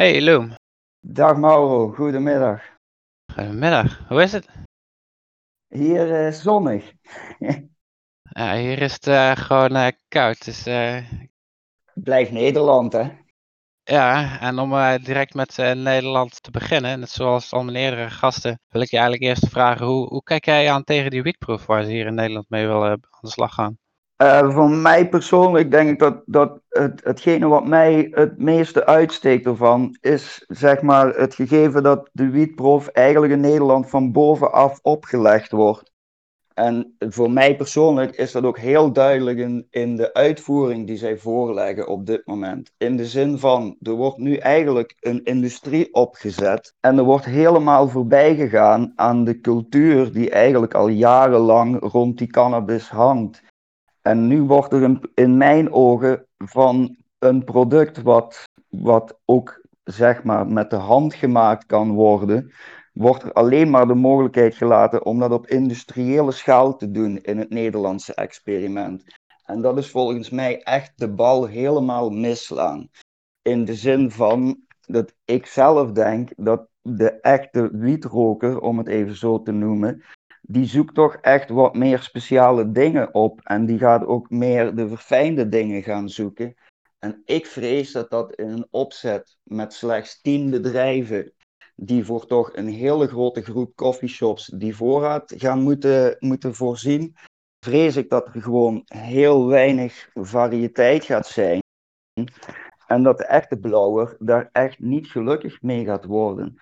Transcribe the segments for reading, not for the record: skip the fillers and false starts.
Hey Loem, Dag Mauro, goedemiddag. goedemiddag. Hoe is het? Hier zonnig. Ja, hier is het gewoon koud. Dus Blijf Nederland, hè? ja, en om direct met Nederland te beginnen, net zoals al mijn eerdere gasten, wil ik je eigenlijk eerst vragen, hoe kijk jij aan tegen die wietproef waar ze hier in Nederland mee willen aan de slag gaan? Voor mij persoonlijk denk ik dat hetgene wat mij het meeste uitsteekt ervan is zeg maar het gegeven dat de wietproef eigenlijk in Nederland van bovenaf opgelegd wordt. En voor mij persoonlijk is dat ook heel duidelijk in de uitvoering die zij voorleggen op dit moment. In de zin van, er wordt nu eigenlijk een industrie opgezet en er wordt helemaal voorbij gegaan aan de cultuur die eigenlijk al jarenlang rond die cannabis hangt. En nu wordt er in mijn ogen van een product wat ook zeg maar met de hand gemaakt kan worden, wordt er alleen maar de mogelijkheid gelaten om dat op industriële schaal te doen in het Nederlandse experiment. En dat is volgens mij echt de bal helemaal misslaan. In de zin van dat ik zelf denk dat de echte wietroker, om het even zo te noemen, die zoekt toch echt wat meer speciale dingen op. En die gaat ook meer de verfijnde dingen gaan zoeken. En ik vrees dat dat in een opzet met slechts 10 bedrijven, die voor toch een hele grote groep coffeeshops die voorraad gaan moeten voorzien, vrees ik dat er gewoon heel weinig variëteit gaat zijn. En dat de echte blauwer daar echt niet gelukkig mee gaat worden.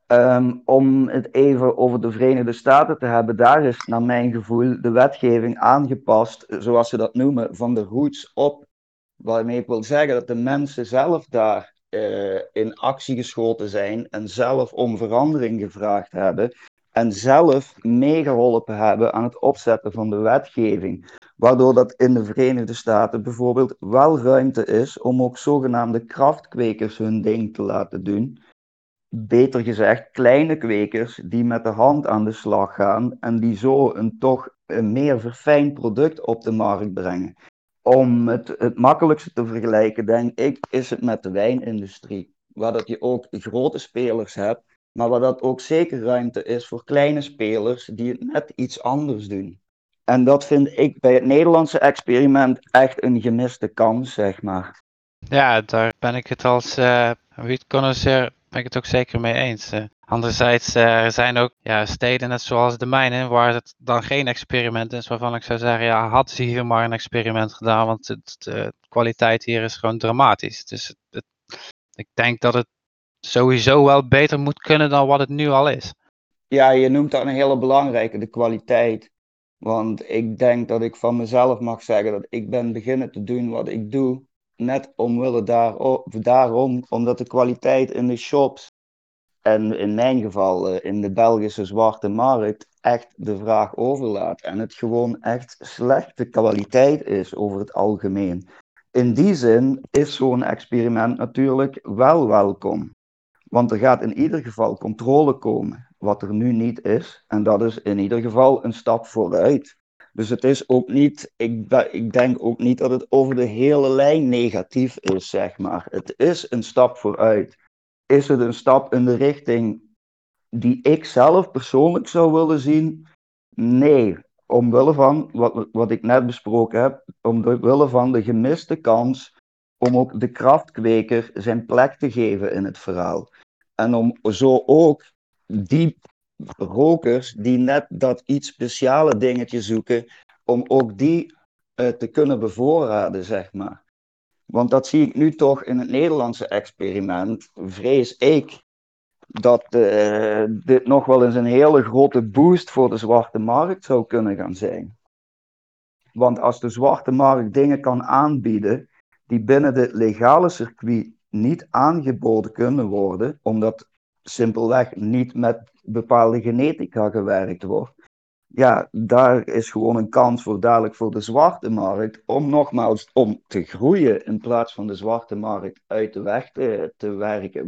Om het even over de Verenigde Staten te hebben, daar is naar mijn gevoel de wetgeving aangepast, zoals ze dat noemen, van de roots op. Waarmee ik wil zeggen dat de mensen zelf daar in actie geschoten zijn en zelf om verandering gevraagd hebben. En zelf meegeholpen hebben aan het opzetten van de wetgeving. Waardoor dat in de Verenigde Staten bijvoorbeeld wel ruimte is om ook zogenaamde krachtkwekers hun ding te laten doen. Beter gezegd, kleine kwekers die met de hand aan de slag gaan en die zo een meer verfijnd product op de markt brengen. Om het makkelijkste te vergelijken, denk ik, is het met de wijnindustrie. Waar dat je ook grote spelers hebt, maar waar dat ook zeker ruimte is voor kleine spelers die het net iets anders doen. En dat vind ik bij het Nederlandse experiment echt een gemiste kans, zeg maar. Ja, daar ben ik het als wietconnoisseur ben ik het ook zeker mee eens. Anderzijds, er zijn ook steden net zoals de mijne, waar het dan geen experiment is, waarvan ik zou zeggen, ja, hadden ze hier maar een experiment gedaan, want de kwaliteit hier is gewoon dramatisch. Dus ik denk dat het sowieso wel beter moet kunnen dan wat het nu al is. Ja, je noemt dat een hele belangrijke, de kwaliteit. Want ik denk dat ik van mezelf mag zeggen dat ik ben beginnen te doen wat ik doe. Net daarom, omdat de kwaliteit in de shops en in mijn geval in de Belgische zwarte markt echt de vraag overlaat. En het gewoon echt slechte kwaliteit is over het algemeen. In die zin is zo'n experiment natuurlijk wel welkom. Want er gaat in ieder geval controle komen, wat er nu niet is. En dat is in ieder geval een stap vooruit. Dus het is ook niet, ik denk ook niet dat het over de hele lijn negatief is, zeg maar. Het is een stap vooruit. Is het een stap in de richting die ik zelf persoonlijk zou willen zien? Nee, omwille van wat ik net besproken heb, omwille van de gemiste kans om ook de krachtkweker zijn plek te geven in het verhaal. En om zo ook die rokers die net dat iets speciale dingetje zoeken, om ook die te kunnen bevoorraden, zeg maar. Want dat zie ik nu toch in het Nederlandse experiment, vrees ik dat dit nog wel eens een hele grote boost voor de zwarte markt zou kunnen gaan zijn. Want als de zwarte markt dingen kan aanbieden die binnen het legale circuit niet aangeboden kunnen worden, omdat simpelweg niet met bepaalde genetica gewerkt wordt, ja, daar is gewoon een kans voor dadelijk voor de zwarte markt om nogmaals om te groeien in plaats van de zwarte markt uit de weg te werken.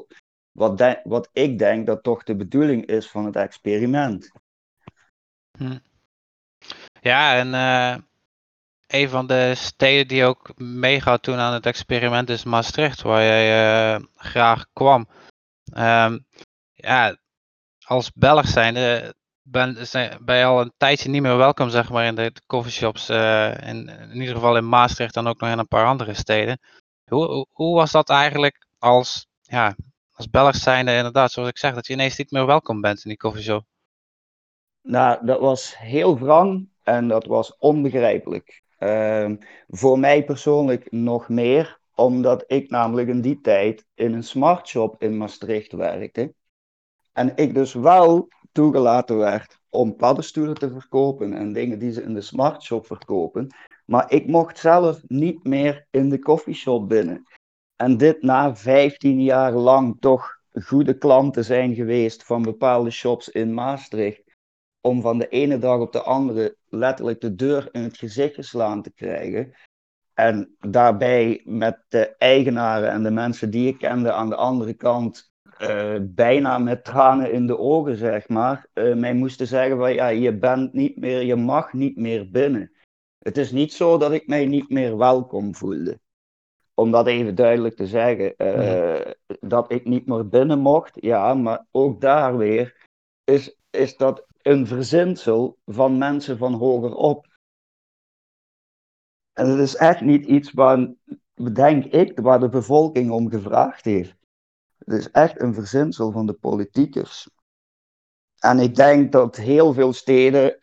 Wat ik denk dat toch de bedoeling is van het experiment. Hm. Ja, en een van de steden die ook meegaat toen aan het experiment is Maastricht, waar jij graag kwam. Ja, als Belg zijnde ben je al een tijdje niet meer welkom, zeg maar, in de coffeeshops. In ieder geval in Maastricht en ook nog in een paar andere steden. Hoe was dat eigenlijk als Belg zijnde, inderdaad, zoals ik zeg, dat je ineens niet meer welkom bent in die coffeeshop? Nou, dat was heel wrang en dat was onbegrijpelijk. Voor mij persoonlijk nog meer, omdat ik namelijk in die tijd in een smartshop in Maastricht werkte. En ik dus wel toegelaten werd om paddenstoelen te verkopen en dingen die ze in de smartshop verkopen. Maar ik mocht zelf niet meer in de coffeeshop binnen. En dit na 15 jaar lang toch goede klanten zijn geweest van bepaalde shops in Maastricht. Om van de ene dag op de andere letterlijk de deur in het gezicht geslaan te krijgen. En daarbij met de eigenaren en de mensen die ik kende aan de andere kant bijna met tranen in de ogen, zeg maar, mij moesten zeggen van ja, je bent niet meer, je mag niet meer binnen. Het is niet zo dat ik mij niet meer welkom voelde. Om dat even duidelijk te zeggen, dat ik niet meer binnen mocht, ja, maar ook daar weer is dat een verzinsel van mensen van hogerop. En het is echt niet iets waar, denk ik, waar de bevolking om gevraagd heeft. Het is echt een verzinsel van de politiekers. En ik denk dat heel veel steden,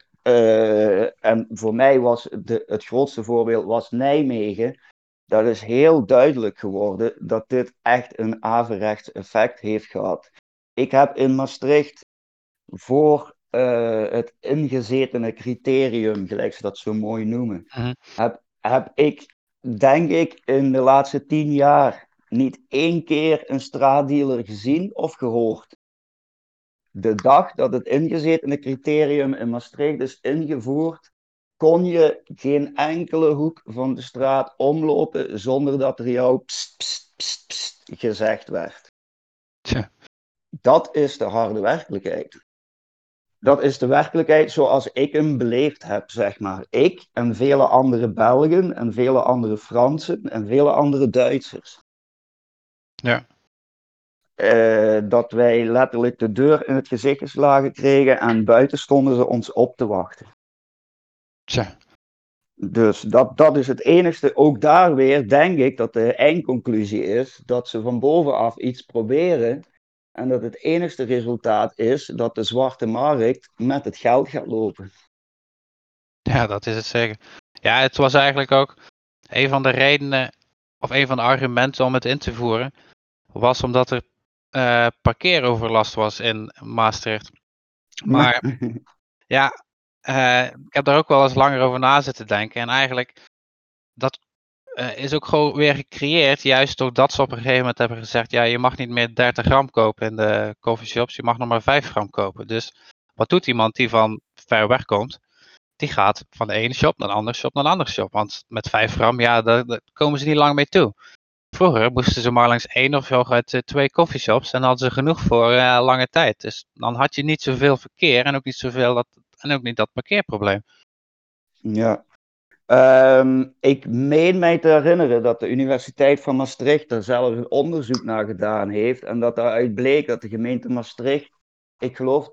en voor mij was het grootste voorbeeld was Nijmegen, dat is heel duidelijk geworden dat dit echt een averechts effect heeft gehad. Ik heb in Maastricht voor het ingezetene criterium, gelijk ze dat zo mooi noemen, heb ik, denk ik, in de laatste 10 jaar niet één keer een straatdealer gezien of gehoord. De dag dat het ingezetene criterium in Maastricht is ingevoerd, kon je geen enkele hoek van de straat omlopen zonder dat er jou pst, pst, pst, pst gezegd werd. Tja. Dat is de harde werkelijkheid. Dat is de werkelijkheid zoals ik hem beleefd heb, zeg maar. Ik en vele andere Belgen en vele andere Fransen en vele andere Duitsers. Ja. Dat wij letterlijk de deur in het gezicht geslagen kregen en buiten stonden ze ons op te wachten. Tja. Dus dat is het enigste. Ook daar weer denk ik dat de eindconclusie is dat ze van bovenaf iets proberen. En dat het enigste resultaat is dat de zwarte markt met het geld gaat lopen. Ja, dat is het zeker. Ja, het was eigenlijk ook een van de redenen, of een van de argumenten om het in te voeren, was omdat er parkeeroverlast was in Maastricht. Maar ja, ik heb daar ook wel eens langer over na zitten denken. En eigenlijk, dat is ook gewoon weer gecreëerd, juist doordat ze op een gegeven moment hebben gezegd, ja, je mag niet meer 30 gram kopen in de coffeeshops, je mag nog maar 5 gram kopen. Dus wat doet iemand die van ver weg komt? Die gaat van de ene shop naar de andere shop naar de andere shop. Want met 5 gram, ja, daar komen ze niet lang mee toe. Vroeger moesten ze maar langs 1 of hooguit 2 coffeeshops en hadden ze genoeg voor lange tijd. Dus dan had je niet zoveel verkeer en ook niet dat parkeerprobleem. Ja. Ik meen mij te herinneren dat de Universiteit van Maastricht er zelf een onderzoek naar gedaan heeft. En dat daaruit bleek dat de gemeente Maastricht, ik geloof,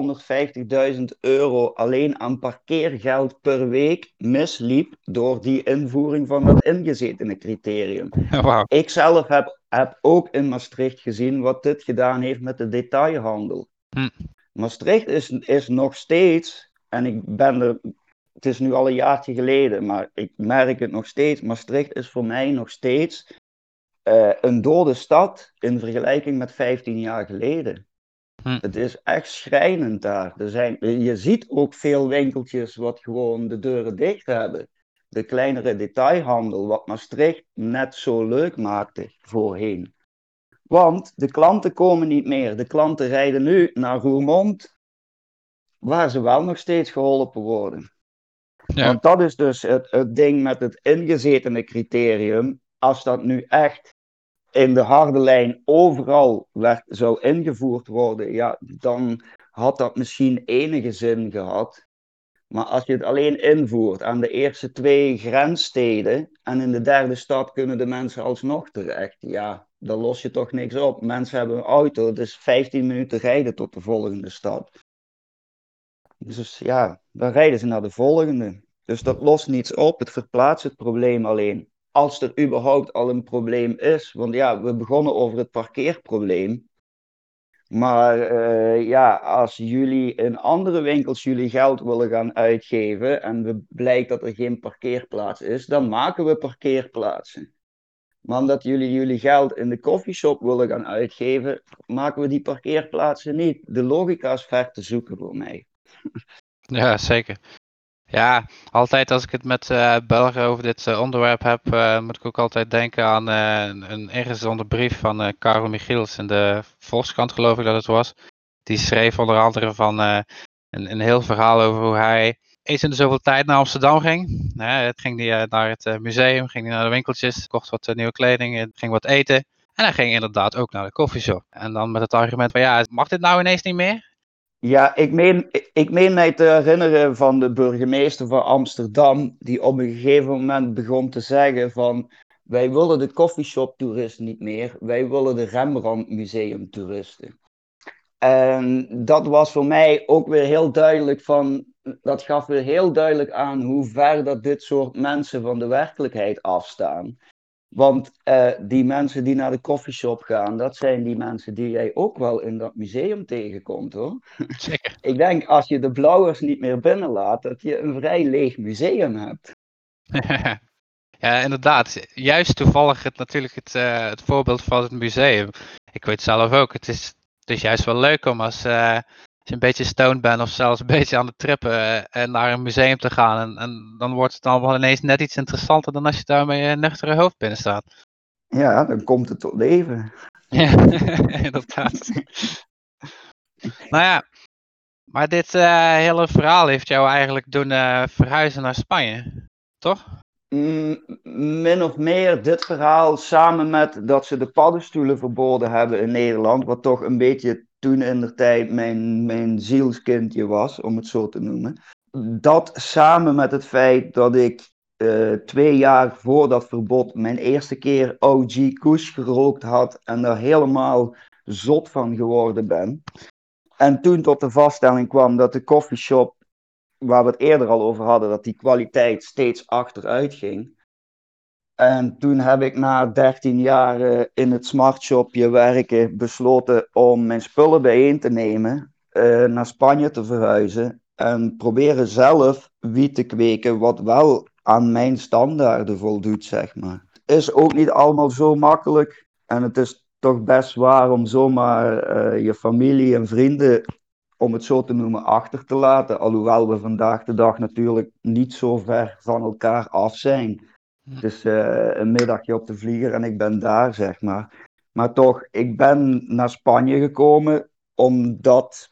€250.000 alleen aan parkeergeld per week misliep door die invoering van dat ingezetene criterium. Wauw. Ik zelf heb ook in Maastricht gezien wat dit gedaan heeft met de detailhandel. Maastricht is nog steeds, en ik ben er, het is nu al een jaartje geleden, maar ik merk het nog steeds, Maastricht is voor mij nog steeds een dode stad in vergelijking met 15 jaar geleden. Het is echt schrijnend daar. Je ziet ook veel winkeltjes wat gewoon de deuren dicht hebben. De kleinere detailhandel, wat Maastricht net zo leuk maakte voorheen. Want de klanten komen niet meer. De klanten rijden nu naar Roermond, waar ze wel nog steeds geholpen worden. Ja. Want dat is dus het ding met het ingezetene criterium. Als dat nu echt in de harde lijn overal zou ingevoerd worden, ja, dan had dat misschien enige zin gehad. Maar als je het alleen invoert aan de eerste 2 grenssteden en in de derde stad kunnen de mensen alsnog terecht, ja, dan los je toch niks op. Mensen hebben een auto, dus 15 minuten rijden tot de volgende stad. Dus ja, dan rijden ze naar de volgende. Dus dat lost niets op, het verplaatst het probleem alleen. Als er überhaupt al een probleem is. Want ja, we begonnen over het parkeerprobleem. Maar ja, als jullie in andere winkels jullie geld willen gaan uitgeven en blijkt dat er geen parkeerplaats is, dan maken we parkeerplaatsen. Maar omdat jullie geld in de coffeeshop willen gaan uitgeven, maken we die parkeerplaatsen niet. De logica is ver te zoeken voor mij. Ja, zeker. Ja, altijd als ik het met Belgen over dit onderwerp heb, moet ik ook altijd denken aan een ingezonden brief van Karel Michiels in de Volkskrant, geloof ik dat het was. Die schreef onder andere van een heel verhaal over hoe hij eens in de zoveel tijd naar Amsterdam ging. Het ging hij naar het museum, ging hij naar de winkeltjes, kocht wat nieuwe kleding, ging wat eten. En hij ging inderdaad ook naar de koffieshop. En dan met het argument van ja, mag dit nou ineens niet meer? Ja, ik meen mij te herinneren van de burgemeester van Amsterdam, die op een gegeven moment begon te zeggen van, wij willen de coffeeshop-toerist niet meer, wij willen de Rembrandt Museum-toeristen. En dat was voor mij ook weer heel duidelijk dat gaf weer heel duidelijk aan hoe ver dat dit soort mensen van de werkelijkheid afstaan. Want die mensen die naar de coffeeshop gaan, dat zijn die mensen die jij ook wel in dat museum tegenkomt, hoor. Zeker. Ik denk als je de blauwers niet meer binnenlaat, dat je een vrij leeg museum hebt. Ja, inderdaad. Juist toevallig het voorbeeld van het museum. Ik weet zelf ook, het is juist wel leuk om als je een beetje stoned bent of zelfs een beetje aan het trippen en naar een museum te gaan. En dan wordt het allemaal ineens net iets interessanter dan als je daar met je nuchtere hoofd binnen staat. Ja, dan komt het tot leven. Ja, inderdaad. Nou ja, maar dit hele verhaal heeft jou eigenlijk doen verhuizen naar Spanje, toch? Min of meer dit verhaal samen met dat ze de paddenstoelen verboden hebben in Nederland, wat toch een beetje toen in de tijd mijn zielskindje was, om het zo te noemen. Dat samen met het feit dat ik 2 jaar voor dat verbod mijn eerste keer OG Kush gerookt had en daar helemaal zot van geworden ben. En toen tot de vaststelling kwam dat de coffeeshop, waar we het eerder al over hadden, dat die kwaliteit steeds achteruit ging. En toen heb ik na 13 jaar in het smartshopje werken besloten om mijn spullen bijeen te nemen, naar Spanje te verhuizen en proberen zelf wiet te kweken wat wel aan mijn standaarden voldoet, zeg maar. Het is ook niet allemaal zo makkelijk en het is toch best zwaar om zomaar je familie en vrienden, om het zo te noemen, achter te laten. Alhoewel we vandaag de dag natuurlijk niet zo ver van elkaar af zijn. Het is een middagje op de vlieger en ik ben daar, zeg maar. Maar toch, ik ben naar Spanje gekomen omdat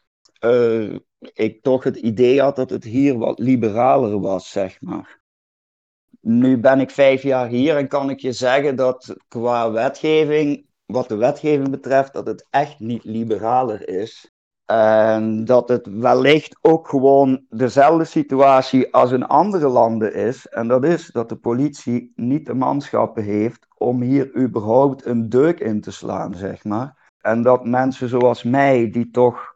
ik toch het idee had dat het hier wat liberaler was, zeg maar. Nu ben ik 5 jaar hier en kan ik je zeggen dat qua wetgeving, wat de wetgeving betreft, dat het echt niet liberaler is. En dat het wellicht ook gewoon dezelfde situatie als in andere landen is. En dat is dat de politie niet de manschappen heeft om hier überhaupt een deuk in te slaan, zeg maar. En dat mensen zoals mij, die toch,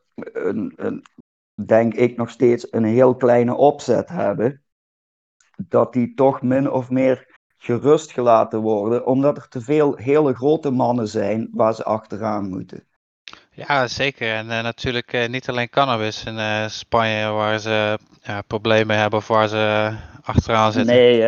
denk ik, nog steeds een heel kleine opzet hebben, dat die toch min of meer gerust gelaten worden, omdat er te veel hele grote mannen zijn waar ze achteraan moeten. Ja, zeker. En natuurlijk niet alleen cannabis in Spanje waar ze problemen hebben of waar ze achteraan zitten. Nee,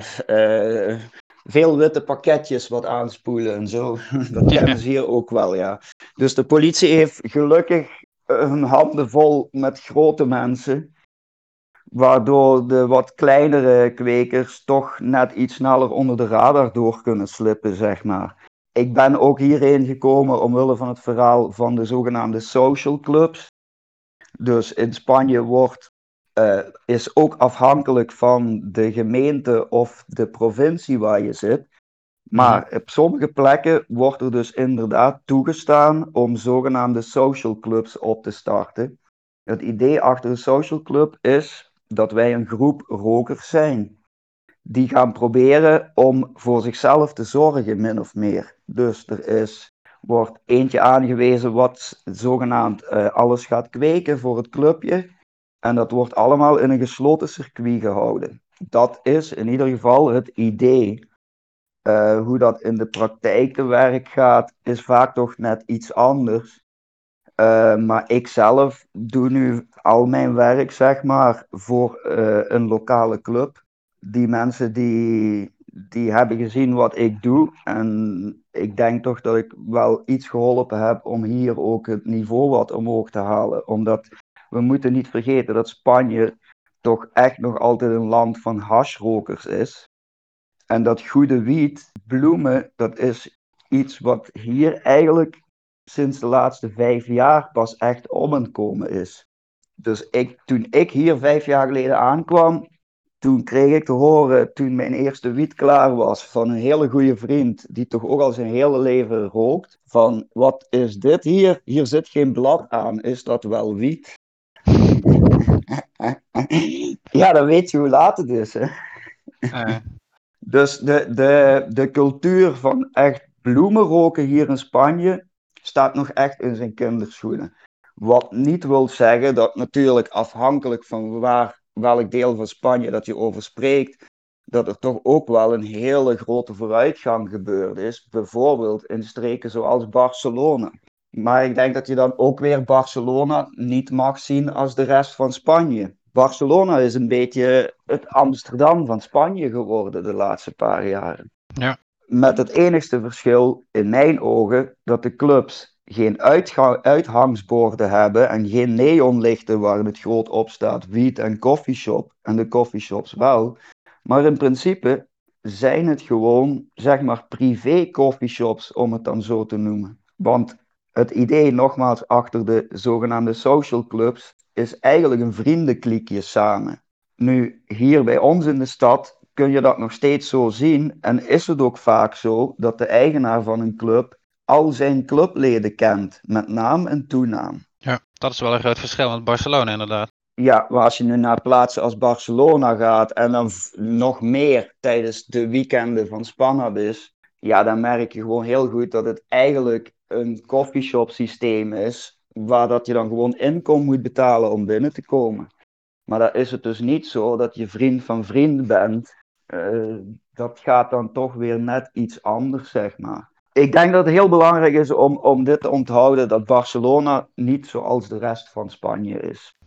veel witte pakketjes wat aanspoelen en zo. Dat kennen ze hier ook wel, ja. Dus de politie heeft gelukkig hun handen vol met grote mensen, waardoor de wat kleinere kwekers toch net iets sneller onder de radar door kunnen slippen, zeg maar. Ik ben ook hierheen gekomen omwille van het verhaal van de zogenaamde social clubs. Dus in Spanje is ook afhankelijk van de gemeente of de provincie waar je zit. Maar op sommige plekken wordt er dus inderdaad toegestaan om zogenaamde social clubs op te starten. Het idee achter een social club is dat wij een groep rokers zijn. Die gaan proberen om voor zichzelf te zorgen, min of meer. Dus wordt eentje aangewezen wat zogenaamd alles gaat kweken voor het clubje. En dat wordt allemaal in een gesloten circuit gehouden. Dat is in ieder geval het idee. Hoe dat in de praktijk te werk gaat, is vaak toch net iets anders. Maar ik zelf doe nu al mijn werk, zeg maar, voor een lokale club. Die mensen die hebben gezien wat ik doe. En ik denk toch dat ik wel iets geholpen heb om hier ook het niveau wat omhoog te halen. Omdat we moeten niet vergeten dat Spanje toch echt nog altijd een land van hashrokers is. En dat goede wiet, bloemen, dat is iets wat hier eigenlijk sinds de laatste 5 jaar pas echt om het komen is. Dus toen ik hier 5 jaar geleden aankwam, toen kreeg ik te horen, toen mijn eerste wiet klaar was, van een hele goede vriend, die toch ook al zijn hele leven rookt, van wat is dit hier? Hier zit geen blad aan, is dat wel wiet? Ja, dan weet je hoe laat het is, hè. Dus de cultuur van echt bloemenroken hier in Spanje staat nog echt in zijn kinderschoenen. Wat niet wil zeggen dat natuurlijk afhankelijk van welk deel van Spanje dat je over spreekt, dat er toch ook wel een hele grote vooruitgang gebeurd is. Bijvoorbeeld in streken zoals Barcelona. Maar ik denk dat je dan ook weer Barcelona niet mag zien als de rest van Spanje. Barcelona is een beetje het Amsterdam van Spanje geworden de laatste paar jaren. Ja. Met het enigste verschil in mijn ogen dat de clubs geen uithangsborden hebben en geen neonlichten waar het groot op staat, wiet en coffeeshop, en de coffeeshops wel. Maar in principe zijn het gewoon, zeg maar, privé coffeeshops, om het dan zo te noemen. Want het idee, nogmaals, achter de zogenaamde social clubs is eigenlijk een vriendenkliekje samen. Nu, hier bij ons in de stad kun je dat nog steeds zo zien en is het ook vaak zo dat de eigenaar van een club al zijn clubleden kent, met naam en toenaam. Ja, dat is wel een groot verschil met Barcelona inderdaad. Ja, maar als je nu naar plaatsen als Barcelona gaat en dan nog meer tijdens de weekenden van Spannabis, ja, dan merk je gewoon heel goed dat het eigenlijk een coffeeshop systeem is, waar dat je dan gewoon inkom moet betalen om binnen te komen. Maar dan is het dus niet zo dat je vriend van vriend bent. Dat gaat dan toch weer net iets anders, zeg maar. Ik denk dat het heel belangrijk is om dit te onthouden, dat Barcelona niet zoals de rest van Spanje is.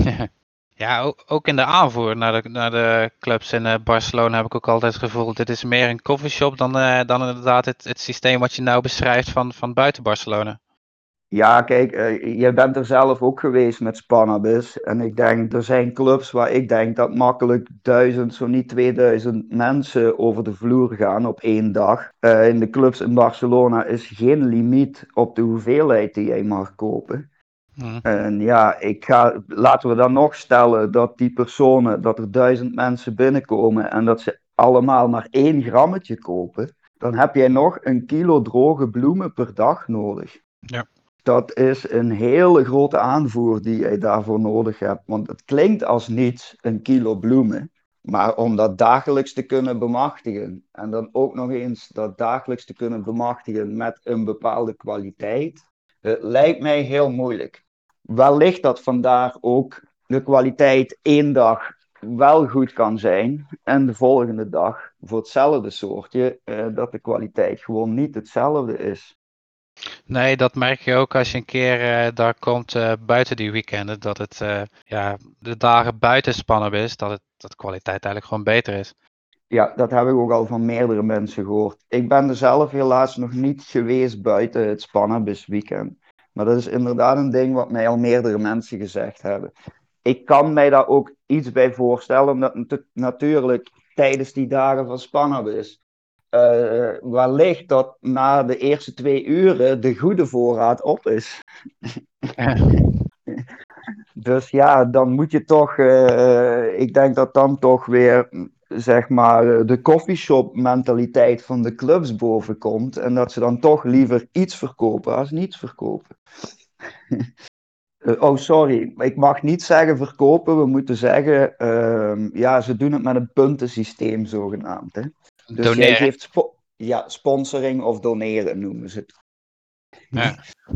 Ja, ook in de aanvoer naar de clubs in Barcelona heb ik ook altijd het gevoel, dit is meer een coffeeshop dan inderdaad het systeem wat je nou beschrijft van buiten Barcelona. Ja, kijk, je bent er zelf ook geweest met Spannabis. En ik denk, er zijn clubs waar ik denk dat makkelijk 1000, zo niet 2000 mensen over de vloer gaan op 1 dag. In de clubs in Barcelona is geen limiet op de hoeveelheid die jij mag kopen. En ja, laten we dan nog stellen dat die personen, dat er 1000 mensen binnenkomen en dat ze allemaal maar 1 grammetje kopen. Dan heb jij nog 1 kilo droge bloemen per dag nodig. Ja. Dat is een hele grote aanvoer die je daarvoor nodig hebt. Want het klinkt als niets, 1 kilo bloemen. Maar om dat dagelijks te kunnen bemachtigen. En dan ook nog eens dat dagelijks te kunnen bemachtigen met een bepaalde kwaliteit. Het lijkt mij heel moeilijk. Wellicht dat vandaag ook de kwaliteit 1 dag wel goed kan zijn. En de volgende dag voor hetzelfde soortje dat de kwaliteit gewoon niet hetzelfde is. Nee, dat merk je ook als je een keer daar komt buiten die weekenden. Dat het de dagen buiten Spannabis is, dat de kwaliteit eigenlijk gewoon beter is. Ja, dat heb ik ook al van meerdere mensen gehoord. Ik ben er zelf helaas nog niet geweest buiten het Spannabis weekend. Maar dat is inderdaad een ding wat mij al meerdere mensen gezegd hebben. Ik kan mij daar ook iets bij voorstellen, omdat natuurlijk tijdens die dagen van Spannabis wellicht dat na de eerste 2 uren de goede voorraad op is. Dus ja, dan moet je toch, ik denk dat dan toch weer, zeg maar, de coffeeshop mentaliteit van de clubs bovenkomt. En dat ze dan toch liever iets verkopen als niets verkopen. Sorry, ik mag niet zeggen verkopen, we moeten zeggen, ja, ze doen het met een puntensysteem zogenaamd. Hè? Dus jij Doneren. geeft sponsoring of doneren noemen ze het. Ja.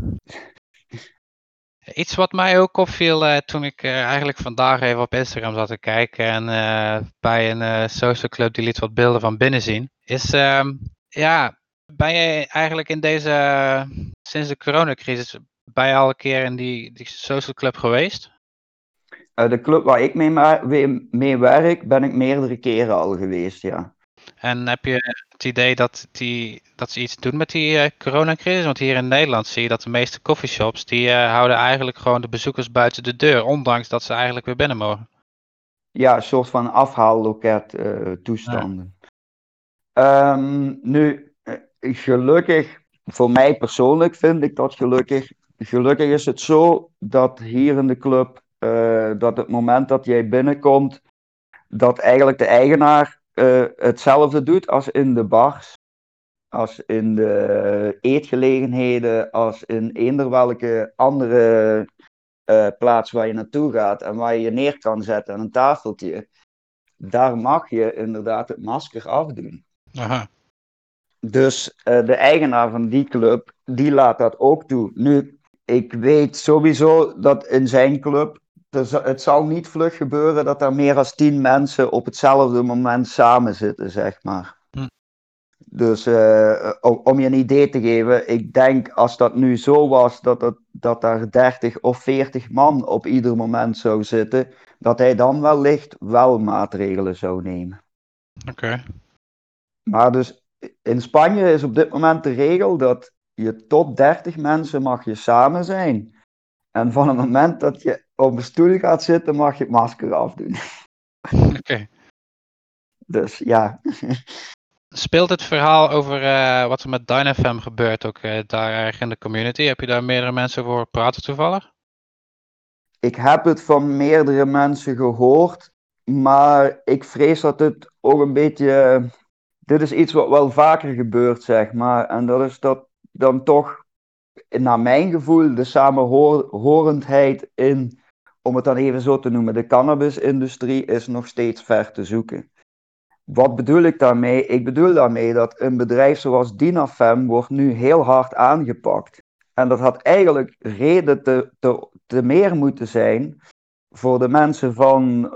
Iets wat mij ook opviel toen ik eigenlijk vandaag even op Instagram zat te kijken en bij een social club die liet wat beelden van binnen zien, is ja, ben je eigenlijk in deze, sinds de coronacrisis, ben je al een keer in die social club geweest? De club waar ik mee werk, ben ik meerdere keren al geweest, ja. En heb je het idee dat ze iets doen met die coronacrisis? Want hier in Nederland zie je dat de meeste coffeeshops, die houden eigenlijk gewoon de bezoekers buiten de deur, ondanks dat ze eigenlijk weer binnen mogen. Ja, een soort van afhaalloket Ja. toestanden. Nu, gelukkig, voor mij persoonlijk vind ik dat gelukkig. Gelukkig is het zo dat hier in de club, dat het moment dat jij binnenkomt, dat eigenlijk de eigenaar hetzelfde doet als in de bars, als in de eetgelegenheden, als in eender welke andere plaats waar je naartoe gaat en waar je je neer kan zetten aan een tafeltje. Daar mag je inderdaad het masker afdoen. Aha. Dus de eigenaar van die club, die laat dat ook toe. Nu, ik weet sowieso dat in zijn club, het zal niet vlug gebeuren dat er meer dan 10 mensen op hetzelfde moment samen zitten, zeg maar. Hm. Dus om je een idee te geven, ik denk als dat nu zo was dat daar 30 of 40 man op ieder moment zou zitten, dat hij dan wellicht wel maatregelen zou nemen. Oké. Maar dus in Spanje is op dit moment de regel dat je tot 30 mensen mag je samen zijn. En van het moment dat je op een stoel gaat zitten, mag je het masker afdoen. Oké. Dus ja. Speelt het verhaal over wat er met Dynafem gebeurt ook daar erg in de community? Heb je daar meerdere mensen over horen praten toevallig? Ik heb het van meerdere mensen gehoord, maar ik vrees dat het ook een beetje. Dit is iets wat wel vaker gebeurt, zeg maar. En dat is dat dan toch, naar mijn gevoel, de samenhorendheid in, om het dan even zo te noemen, de cannabisindustrie is nog steeds ver te zoeken. Wat bedoel ik daarmee? Ik bedoel daarmee dat een bedrijf zoals Dynafem wordt nu heel hard aangepakt. En dat had eigenlijk reden te meer moeten zijn voor de mensen van,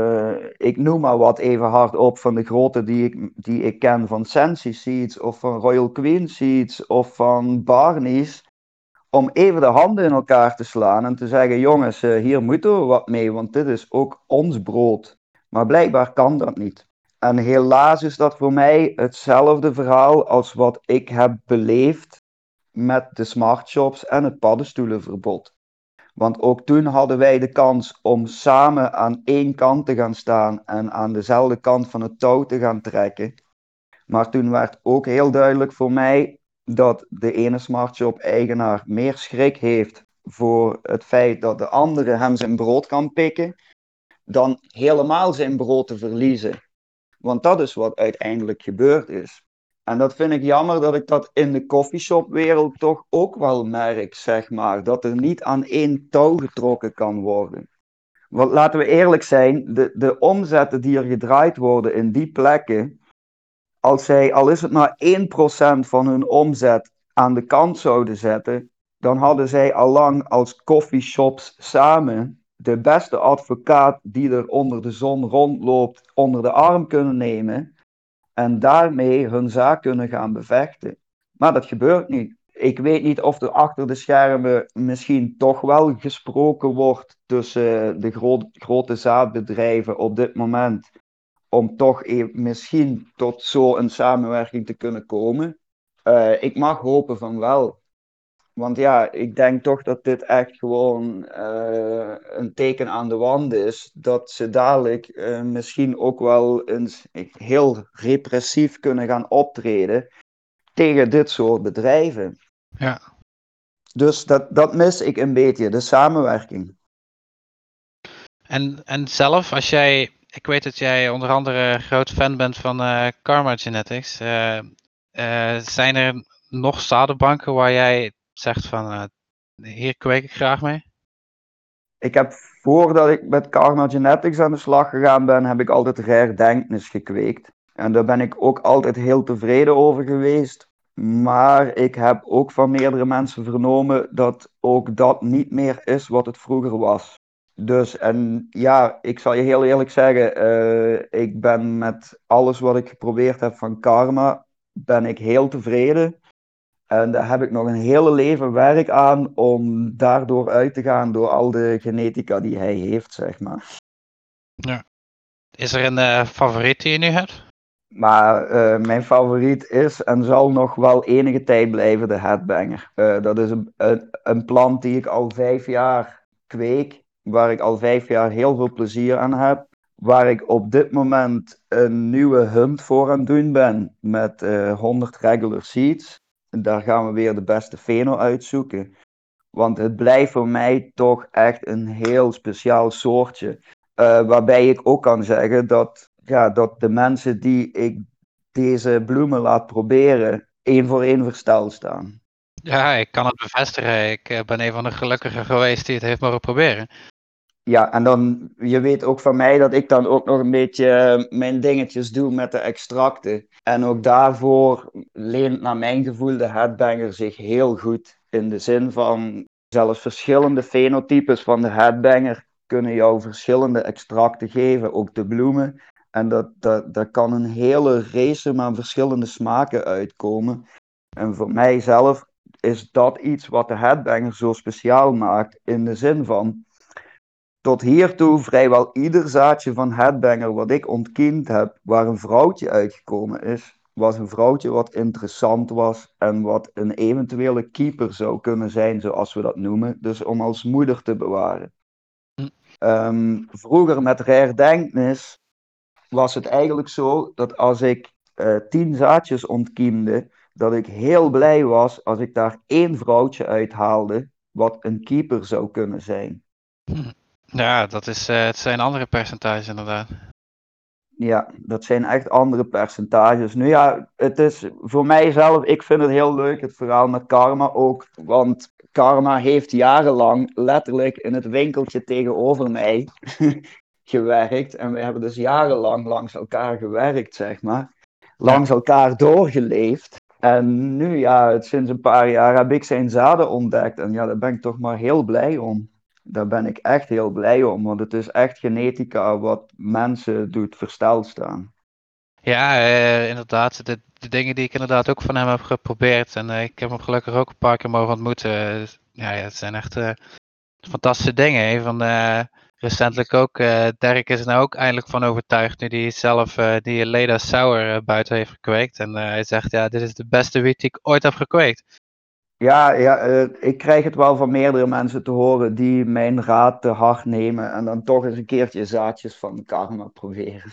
ik noem maar wat even hardop, van de grote die ik ken, van Sensi Seeds of van Royal Queen Seeds of van Barney's, om even de handen in elkaar te slaan en te zeggen, jongens, hier moeten we wat mee, want dit is ook ons brood. Maar blijkbaar kan dat niet. En helaas is dat voor mij hetzelfde verhaal als wat ik heb beleefd met de smartshops en het paddenstoelenverbod. Want ook toen hadden wij de kans om samen aan één kant te gaan staan en aan dezelfde kant van het touw te gaan trekken. Maar toen werd ook heel duidelijk voor mij dat de ene smartshop-eigenaar meer schrik heeft voor het feit dat de andere hem zijn brood kan pikken, dan helemaal zijn brood te verliezen. Want dat is wat uiteindelijk gebeurd is. En dat vind ik jammer dat ik dat in de coffeeshopwereld toch ook wel merk, zeg maar. Dat er niet aan één touw getrokken kan worden. Want laten we eerlijk zijn, de omzetten die er gedraaid worden in die plekken, als zij, al is het maar 1% van hun omzet aan de kant zouden zetten, dan hadden zij allang als coffeeshops samen de beste advocaat die er onder de zon rondloopt onder de arm kunnen nemen en daarmee hun zaak kunnen gaan bevechten. Maar dat gebeurt niet. Ik weet niet of er achter de schermen misschien toch wel gesproken wordt tussen de grote zaadbedrijven op dit moment, om toch misschien tot zo'n samenwerking te kunnen komen. Ik mag hopen van wel. Want ja, ik denk toch dat dit echt gewoon een teken aan de wand is. Dat ze dadelijk misschien ook wel eens heel repressief kunnen gaan optreden tegen dit soort bedrijven. Ja. Dus dat mis ik een beetje, de samenwerking. En zelf, als jij, ik weet dat jij onder andere groot fan bent van Karma Genetics. Zijn er nog zadenbanken waar jij zegt van, hier kweek ik graag mee? Ik heb voordat ik met Karma Genetics aan de slag gegaan ben, heb ik altijd rare denknis gekweekt. En daar ben ik ook altijd heel tevreden over geweest. Maar ik heb ook van meerdere mensen vernomen dat ook dat niet meer is wat het vroeger was. Dus, en ja, ik zal je heel eerlijk zeggen, ik ben met alles wat ik geprobeerd heb van Karma, ben ik heel tevreden. En daar heb ik nog een hele leven werk aan om daardoor uit te gaan door al de genetica die hij heeft, zeg maar. Ja. Is er een favoriet die je nu hebt? Maar mijn favoriet is en zal nog wel enige tijd blijven de headbanger. Dat is een plant die ik al 5 jaar kweek, waar ik al 5 jaar heel veel plezier aan heb. Waar ik op dit moment een nieuwe hunt voor aan het doen ben met 100 regular seeds. Daar gaan we weer de beste feno uitzoeken. Want het blijft voor mij toch echt een heel speciaal soortje. Waarbij ik ook kan zeggen dat, ja, dat de mensen die ik deze bloemen laat proberen, één voor één versteld staan. Ja, ik kan het bevestigen. Ik ben een van de gelukkigen geweest die het heeft mogen proberen. Ja, en dan, je weet ook van mij dat ik dan ook nog een beetje mijn dingetjes doe met de extracten. En ook daarvoor leent naar mijn gevoel de headbanger zich heel goed. In de zin van, zelfs verschillende fenotypes van de headbanger kunnen jou verschillende extracten geven, ook de bloemen. En daar kan een hele race aan verschillende smaken uitkomen. En voor mijzelf is dat iets wat de headbanger zo speciaal maakt, in de zin van, tot hiertoe vrijwel ieder zaadje van headbanger wat ik ontkiend heb, waar een vrouwtje uitgekomen is, was een vrouwtje wat interessant was en wat een eventuele keeper zou kunnen zijn, zoals we dat noemen. Dus om als moeder te bewaren. Vroeger met rare denknis was het eigenlijk zo dat als ik 10 zaadjes ontkiemde, dat ik heel blij was als ik daar 1 vrouwtje uithaalde, wat een keeper zou kunnen zijn. Ja, het zijn andere percentages inderdaad. Ja, dat zijn echt andere percentages. Nu ja, het is voor mijzelf, ik vind het heel leuk, het verhaal met Karma ook. Want Karma heeft jarenlang letterlijk in het winkeltje tegenover mij gewerkt. En we hebben dus jarenlang langs elkaar gewerkt, zeg maar. Langs elkaar doorgeleefd. En nu ja, sinds een paar jaar heb ik zijn zaden ontdekt. En ja, daar ben ik toch maar heel blij om. Daar ben ik echt heel blij om, want het is echt genetica wat mensen doet versteld staan. Ja, inderdaad. De dingen die ik inderdaad ook van hem heb geprobeerd. En ik heb hem gelukkig ook een paar keer mogen ontmoeten. Ja, het zijn echt fantastische dingen. Een van recentelijk ook. Dirk is er nou ook eindelijk van overtuigd. Nu hij zelf die Leda Sour buiten heeft gekweekt. En hij zegt, ja, dit is de beste wiet die ik ooit heb gekweekt. Ja, ik krijg het wel van meerdere mensen te horen die mijn raad te hard nemen en dan toch eens een keertje zaadjes van Karma proberen.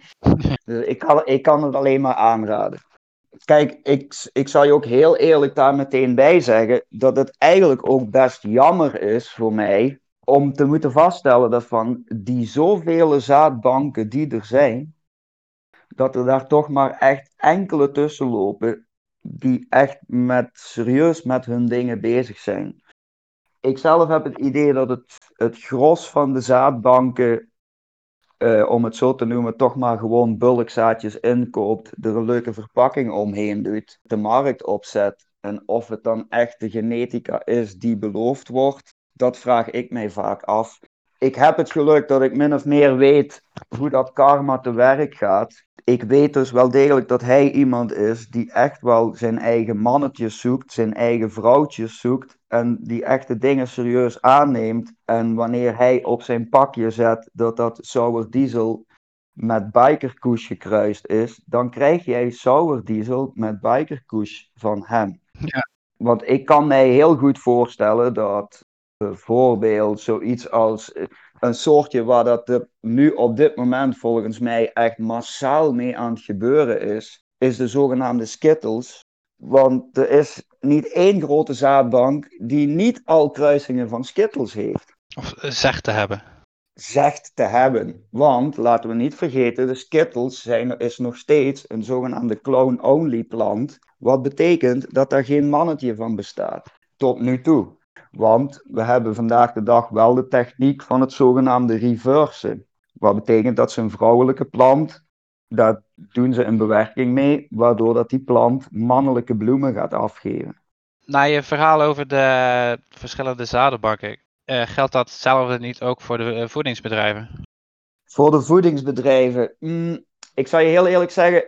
Dus ik kan het alleen maar aanraden. Kijk, ik zal je ook heel eerlijk daar meteen bij zeggen dat het eigenlijk ook best jammer is voor mij om te moeten vaststellen dat van die zoveel zaadbanken die er zijn, dat er daar toch maar echt enkele tussen lopen die echt serieus met hun dingen bezig zijn. Ik zelf heb het idee dat het gros van de zaadbanken, om het zo te noemen, toch maar gewoon bulkzaadjes inkoopt, er een leuke verpakking omheen doet, de markt opzet. En of het dan echt de genetica is die beloofd wordt, dat vraag ik mij vaak af. Ik heb het geluk dat ik min of meer weet hoe dat karma te werk gaat. Ik weet dus wel degelijk dat hij iemand is die echt wel zijn eigen mannetjes zoekt, zijn eigen vrouwtjes zoekt en die echt de dingen serieus aanneemt. En wanneer hij op zijn pakje zet dat dat sour diesel met bikerkoes gekruist is, dan krijg jij sour diesel met bikerkoes van hem. Ja. Want ik kan mij heel goed voorstellen dat bijvoorbeeld zoiets als een soortje waar dat nu op dit moment volgens mij echt massaal mee aan het gebeuren is de zogenaamde Skittles. Want er is niet één grote zaadbank die niet al kruisingen van Skittles heeft. Of zegt te hebben. Zegt te hebben. Want, laten we niet vergeten, de Skittles is nog steeds een zogenaamde clone-only plant. Wat betekent dat daar geen mannetje van bestaat. Tot nu toe. Want we hebben vandaag de dag wel de techniek van het zogenaamde reversen. Wat betekent dat ze een vrouwelijke plant, daar doen ze een bewerking mee, waardoor dat die plant mannelijke bloemen gaat afgeven. Na je verhaal over de verschillende zadenbanken, geldt dat hetzelfde niet ook voor de voedingsbedrijven? Voor de voedingsbedrijven, ik zou je heel eerlijk zeggen,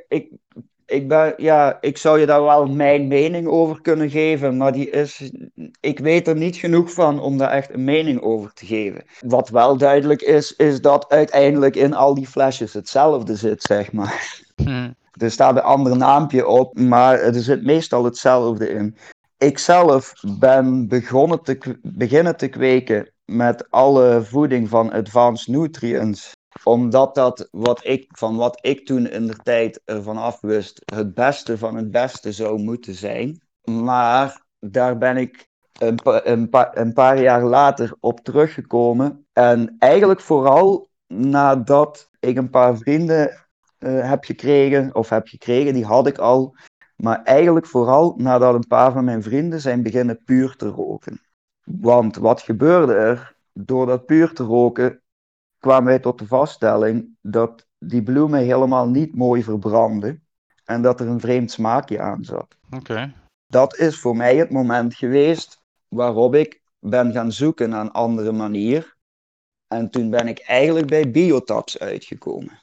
ik zou je daar wel mijn mening over kunnen geven, maar ik weet er niet genoeg van om daar echt een mening over te geven. Wat wel duidelijk is dat uiteindelijk in al die flesjes hetzelfde zit, zeg maar. Er staat een ander naampje op, maar er zit meestal hetzelfde in. Ik zelf ben beginnen te kweken met alle voeding van Advanced Nutrients, omdat dat wat ik toen in de tijd ervan afwist, het beste van het beste zou moeten zijn. Maar daar ben ik een paar jaar later op teruggekomen. En eigenlijk vooral nadat ik een paar vrienden heb gekregen, die had ik al. Maar eigenlijk vooral nadat een paar van mijn vrienden zijn beginnen puur te roken. Want wat gebeurde er? Door dat puur te roken kwamen wij tot de vaststelling dat die bloemen helemaal niet mooi verbranden en dat er een vreemd smaakje aan zat. Oké. Dat is voor mij het moment geweest waarop ik ben gaan zoeken naar een andere manier. En toen ben ik eigenlijk bij Biotabs uitgekomen.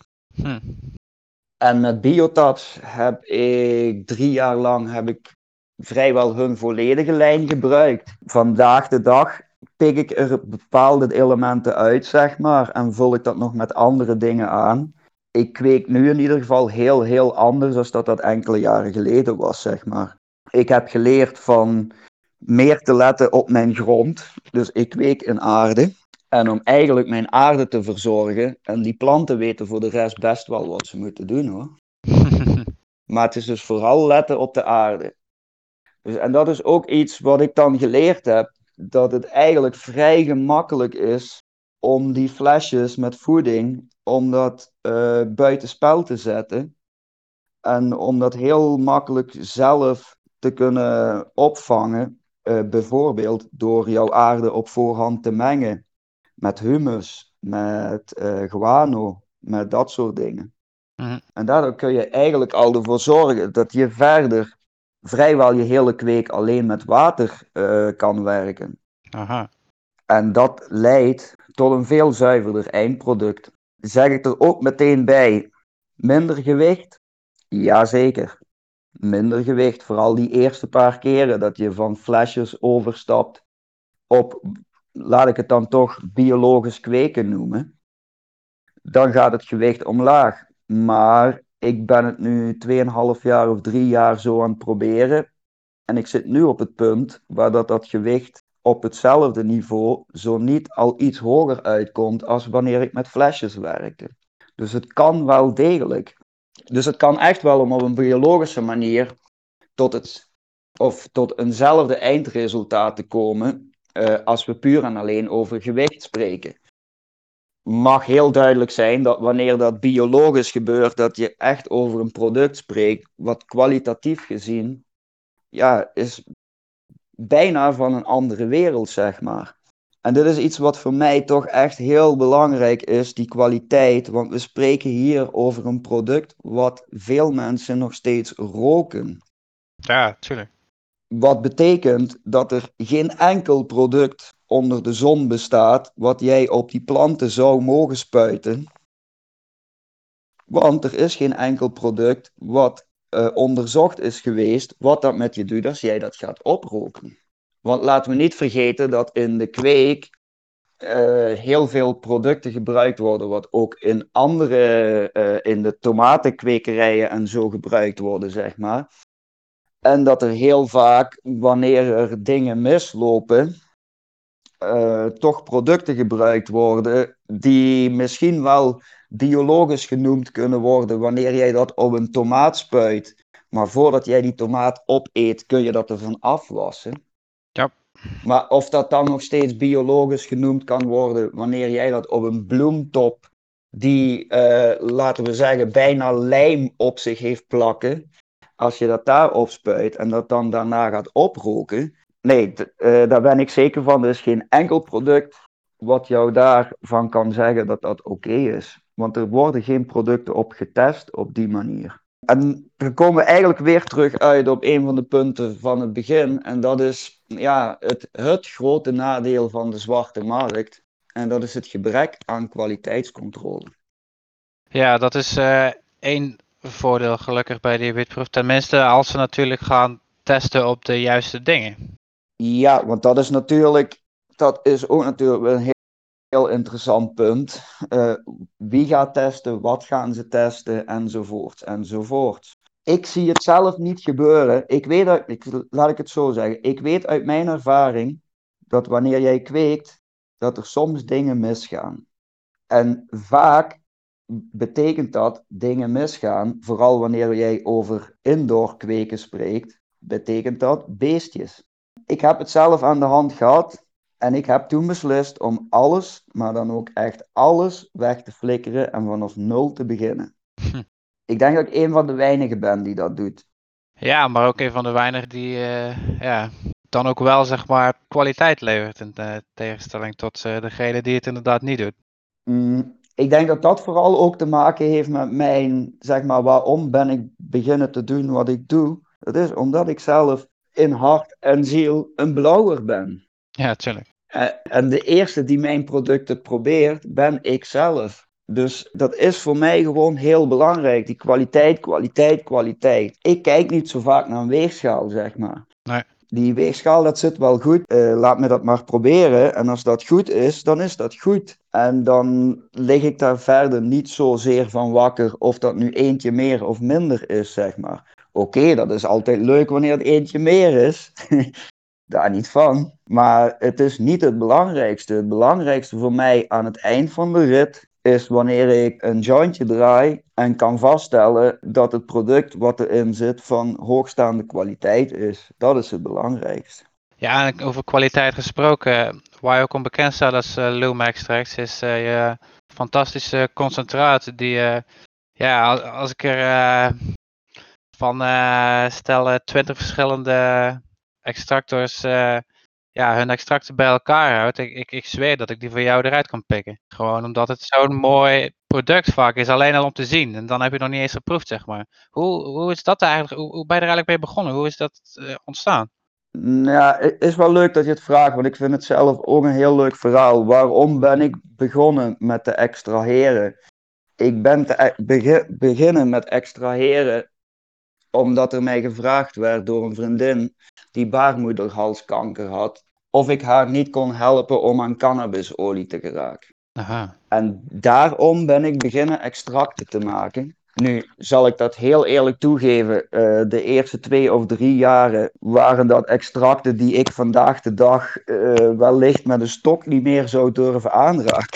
En met Biotabs heb ik 3 jaar lang vrijwel hun volledige lijn gebruikt. Vandaag de dag pik ik er bepaalde elementen uit, zeg maar, en vul ik dat nog met andere dingen aan. Ik kweek nu in ieder geval heel, heel anders dan dat enkele jaren geleden was, zeg maar. Ik heb geleerd van meer te letten op mijn grond. Dus ik kweek in aarde. En om eigenlijk mijn aarde te verzorgen, en die planten weten voor de rest best wel wat ze moeten doen, hoor. Maar het is dus vooral letten op de aarde. Dus, en dat is ook iets wat ik dan geleerd heb, dat het eigenlijk vrij gemakkelijk is om die flesjes met voeding, om dat buiten spel te zetten. En om dat heel makkelijk zelf te kunnen opvangen, bijvoorbeeld door jouw aarde op voorhand te mengen met humus, met guano, met dat soort dingen. En daardoor kun je eigenlijk al ervoor zorgen dat je verder vrijwel je hele kweek alleen met water kan werken. Aha. En dat leidt tot een veel zuiverder eindproduct. Zeg ik er ook meteen bij, minder gewicht? Jazeker, minder gewicht. Vooral die eerste paar keren dat je van flesjes overstapt op, laat ik het dan toch biologisch kweken noemen. Dan gaat het gewicht omlaag. Maar ik ben het nu 2,5 jaar of 3 jaar zo aan het proberen. En ik zit nu op het punt waar dat gewicht op hetzelfde niveau zo niet al iets hoger uitkomt als wanneer ik met flesjes werkte. Dus het kan wel degelijk. Dus het kan echt wel om op een biologische manier tot eenzelfde eindresultaat te komen als we puur en alleen over gewicht spreken. Mag heel duidelijk zijn dat wanneer dat biologisch gebeurt, dat je echt over een product spreekt, wat kwalitatief gezien, ja, is bijna van een andere wereld, zeg maar. En dit is iets wat voor mij toch echt heel belangrijk is, die kwaliteit, want we spreken hier over een product wat veel mensen nog steeds roken. Ja, tuurlijk. Wat betekent dat er geen enkel product onder de zon bestaat wat jij op die planten zou mogen spuiten. Want er is geen enkel product wat onderzocht is geweest wat dat met je doet als jij dat gaat oproken. Want laten we niet vergeten dat in de kweek heel veel producten gebruikt worden, wat ook in in de tomatenkwekerijen en zo gebruikt worden, zeg maar. En dat er heel vaak, wanneer er dingen mislopen, toch producten gebruikt worden die misschien wel biologisch genoemd kunnen worden wanneer jij dat op een tomaat spuit. Maar voordat jij die tomaat opeet, kun je dat ervan afwassen. Ja. Maar of dat dan nog steeds biologisch genoemd kan worden wanneer jij dat op een bloemtop die, laten we zeggen, bijna lijm op zich heeft plakken. Als je dat daarop spuit en dat dan daarna gaat oproken, Nee, daar ben ik zeker van. Er is geen enkel product wat jou daarvan kan zeggen dat dat oké is. Want er worden geen producten op getest op die manier. En dan komen we eigenlijk weer terug uit op een van de punten van het begin. En dat is ja, het grote nadeel van de zwarte markt. En dat is het gebrek aan kwaliteitscontrole. Ja, dat is één voordeel gelukkig bij die witproef. Tenminste, als ze natuurlijk gaan testen op de juiste dingen. Ja, want dat is ook natuurlijk wel een heel interessant punt. Wie gaat testen, wat gaan ze testen, enzovoort, enzovoort. Ik zie het zelf niet gebeuren. Laat ik het zo zeggen. Ik weet uit mijn ervaring dat wanneer jij kweekt, dat er soms dingen misgaan. En vaak betekent dat dingen misgaan, vooral wanneer jij over indoor kweken spreekt, betekent dat beestjes. Ik heb het zelf aan de hand gehad en ik heb toen beslist om alles, maar dan ook echt alles, weg te flikkeren en vanaf nul te beginnen. Hm. Ik denk dat ik een van de weinigen ben die dat doet. Ja, maar ook een van de weinigen die ja, dan ook wel zeg maar kwaliteit levert in tegenstelling tot degene die het inderdaad niet doet. Ik denk dat dat vooral ook te maken heeft met mijn, zeg maar, waarom ben ik beginnen te doen wat ik doe. Dat is omdat ik zelf in hart en ziel een blauwer ben. Ja, tuurlijk. En de eerste die mijn producten probeert, ben ik zelf. Dus dat is voor mij gewoon heel belangrijk. Die kwaliteit, kwaliteit, kwaliteit. Ik kijk niet zo vaak naar een weegschaal, zeg maar. Nee. Die weegschaal, dat zit wel goed. Laat me dat maar proberen. En als dat goed is, dan is dat goed. En dan lig ik daar verder niet zozeer van wakker of dat nu eentje meer of minder is, zeg maar. Oké, dat is altijd leuk wanneer het eentje meer is. Daar niet van. Maar het is niet het belangrijkste. Het belangrijkste voor mij aan het eind van de rit is wanneer ik een jointje draai en kan vaststellen dat het product wat erin zit van hoogstaande kwaliteit is. Dat is het belangrijkste. Ja, en over kwaliteit gesproken, waar je ook onbekend staat als Luma Extracts, is je fantastische concentraat die ja, als ik er van stel 20 verschillende extractors ja, hun extracten bij elkaar houdt. Ik zweer dat ik die voor jou eruit kan pikken. Gewoon omdat het zo'n mooi product vaak is, alleen al om te zien. En dan heb je nog niet eens geproefd, zeg maar. Hoe is dat eigenlijk, hoe ben je er eigenlijk mee begonnen? Hoe is dat ontstaan? Ja, het is wel leuk dat je het vraagt, want ik vind het zelf ook een heel leuk verhaal. Waarom ben ik begonnen met te extraheren? Ik ben beginnen met extraheren omdat er mij gevraagd werd door een vriendin die baarmoederhalskanker had, of ik haar niet kon helpen om aan cannabisolie te geraken. Aha. En daarom ben ik beginnen extracten te maken. Nu zal ik dat heel eerlijk toegeven, de eerste 2 of 3 jaren waren dat extracten die ik vandaag de dag wellicht met een stok niet meer zou durven aanraken.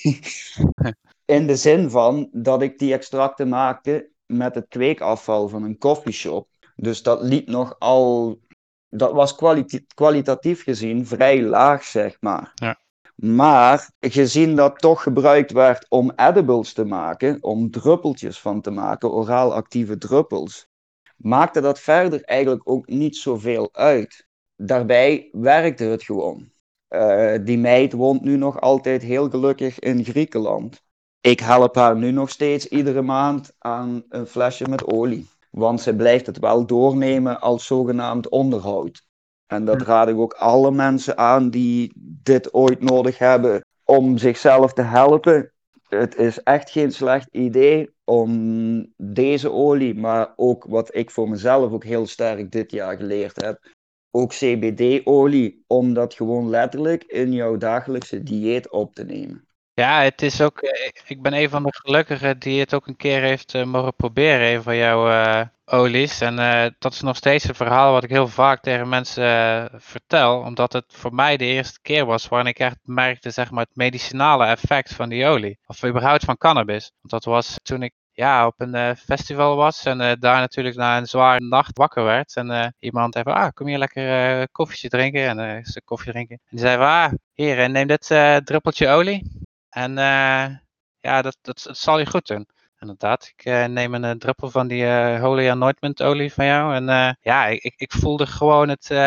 In de zin van dat ik die extracten maakte met het kweekafval van een coffeeshop. Dus dat liep nogal, dat was kwalitatief gezien vrij laag, zeg maar. Ja. Maar gezien dat toch gebruikt werd om edibles te maken, om druppeltjes van te maken, oraal actieve druppels, maakte dat verder eigenlijk ook niet zoveel uit. Daarbij werkte het gewoon. Die meid woont nu nog altijd heel gelukkig in Griekenland. Ik help haar nu nog steeds iedere maand aan een flesje met olie. Want ze blijft het wel doornemen als zogenaamd onderhoud. En dat raad ik ook alle mensen aan die dit ooit nodig hebben om zichzelf te helpen. Het is echt geen slecht idee om deze olie, maar ook wat ik voor mezelf ook heel sterk dit jaar geleerd heb, ook CBD-olie, om dat gewoon letterlijk in jouw dagelijkse dieet op te nemen. Ja, het is ook, ik ben een van de gelukkigen die het ook een keer heeft mogen proberen, een van jouw olies. En dat is nog steeds een verhaal wat ik heel vaak tegen mensen vertel, omdat het voor mij de eerste keer was waarin ik echt merkte, zeg maar, het medicinale effect van die olie. Of überhaupt van cannabis. Want dat was toen ik ja, op een festival was en daar natuurlijk na een zware nacht wakker werd. En iemand zei van, kom hier lekker koffietje drinken. En een stuk koffie drinken. En die zei van, hier, neem dit druppeltje olie. En ja, dat zal je goed doen. Inderdaad, ik neem een druppel van die Holy Anointment olie van jou. En ja, ik voelde gewoon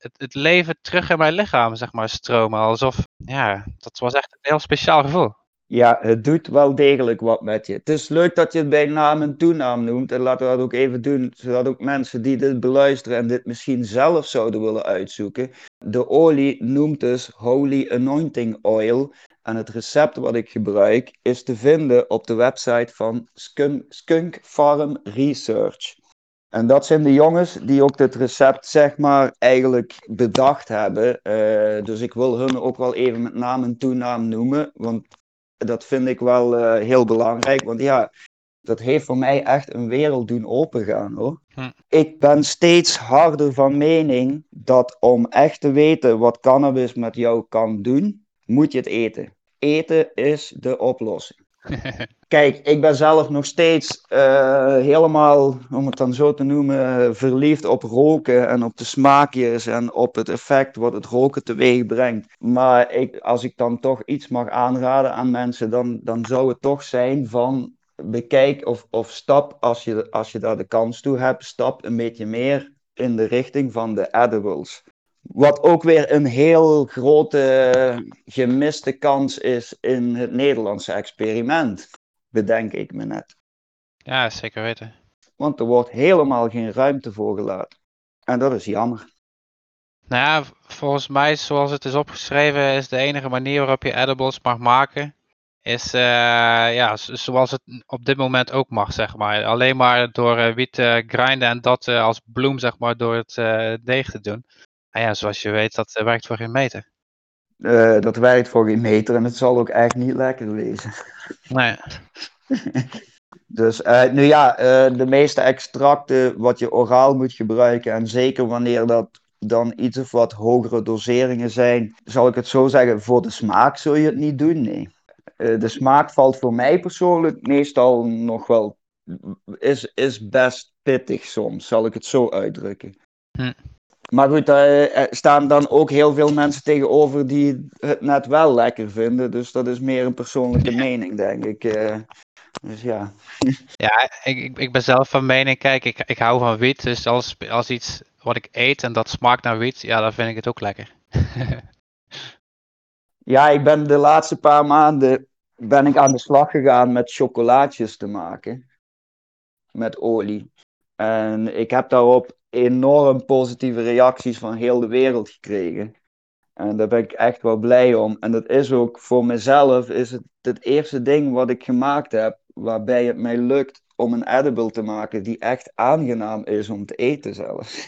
het leven terug in mijn lichaam, zeg maar, stromen. Alsof, ja, dat was echt een heel speciaal gevoel. Ja, het doet wel degelijk wat met je. Het is leuk dat je het bij naam en toenaam noemt. En laten we dat ook even doen, zodat ook mensen die dit beluisteren en dit misschien zelf zouden willen uitzoeken. De olie noemt dus Holy Anointing Oil. En het recept wat ik gebruik is te vinden op de website van Skunk Farm Research. En dat zijn de jongens die ook dit recept, zeg maar, eigenlijk bedacht hebben. Dus ik wil hun ook wel even met naam en toenaam noemen. Want dat vind ik wel heel belangrijk. Want ja, dat heeft voor mij echt een wereld doen opengaan, hoor. Ik ben steeds harder van mening dat om echt te weten wat cannabis met jou kan doen, moet je het eten. Eten is de oplossing. Kijk, ik ben zelf nog steeds helemaal, om het dan zo te noemen, verliefd op roken en op de smaakjes en op het effect wat het roken teweeg brengt. Maar als ik dan toch iets mag aanraden aan mensen, dan zou het toch zijn van bekijk of stap, als je daar de kans toe hebt, stap een beetje meer in de richting van de edibles. Wat ook weer een heel grote gemiste kans is in het Nederlandse experiment, bedenk ik me net. Ja, zeker weten. Want er wordt helemaal geen ruimte voor gelaten. En dat is jammer. Nou ja, volgens mij, zoals het is opgeschreven, is de enige manier waarop je edibles mag maken, is ja, zoals het op dit moment ook mag, zeg maar. Alleen maar door wiet te grinden en dat als bloem, zeg maar, door het deeg te doen. En ja, zoals je weet, dat werkt voor geen meter. Dat werkt voor geen meter en het zal ook echt niet lekker wezen. Nee. Dus nu ja, de meeste extracten wat je oraal moet gebruiken, en zeker wanneer dat dan iets of wat hogere doseringen zijn, zal ik het zo zeggen, voor de smaak zul je het niet doen, nee. De smaak valt voor mij persoonlijk meestal nog wel, is best pittig soms, zal ik het zo uitdrukken. Maar goed, er staan dan ook heel veel mensen tegenover die het net wel lekker vinden, dus dat is meer een persoonlijke mening, denk ik. Dus ja. Ja, ik ben zelf van mening, kijk, ik hou van wiet, dus als iets wat ik eet en dat smaakt naar wiet, ja, dan vind ik het ook lekker. Ja, ik ben de laatste paar maanden ben ik aan de slag gegaan met chocolaatjes te maken. Met olie. En ik heb daarop enorm positieve reacties van heel de wereld gekregen. En daar ben ik echt wel blij om. En dat is ook voor mezelf is het eerste ding wat ik gemaakt heb, waarbij het mij lukt om een edible te maken die echt aangenaam is om te eten zelfs.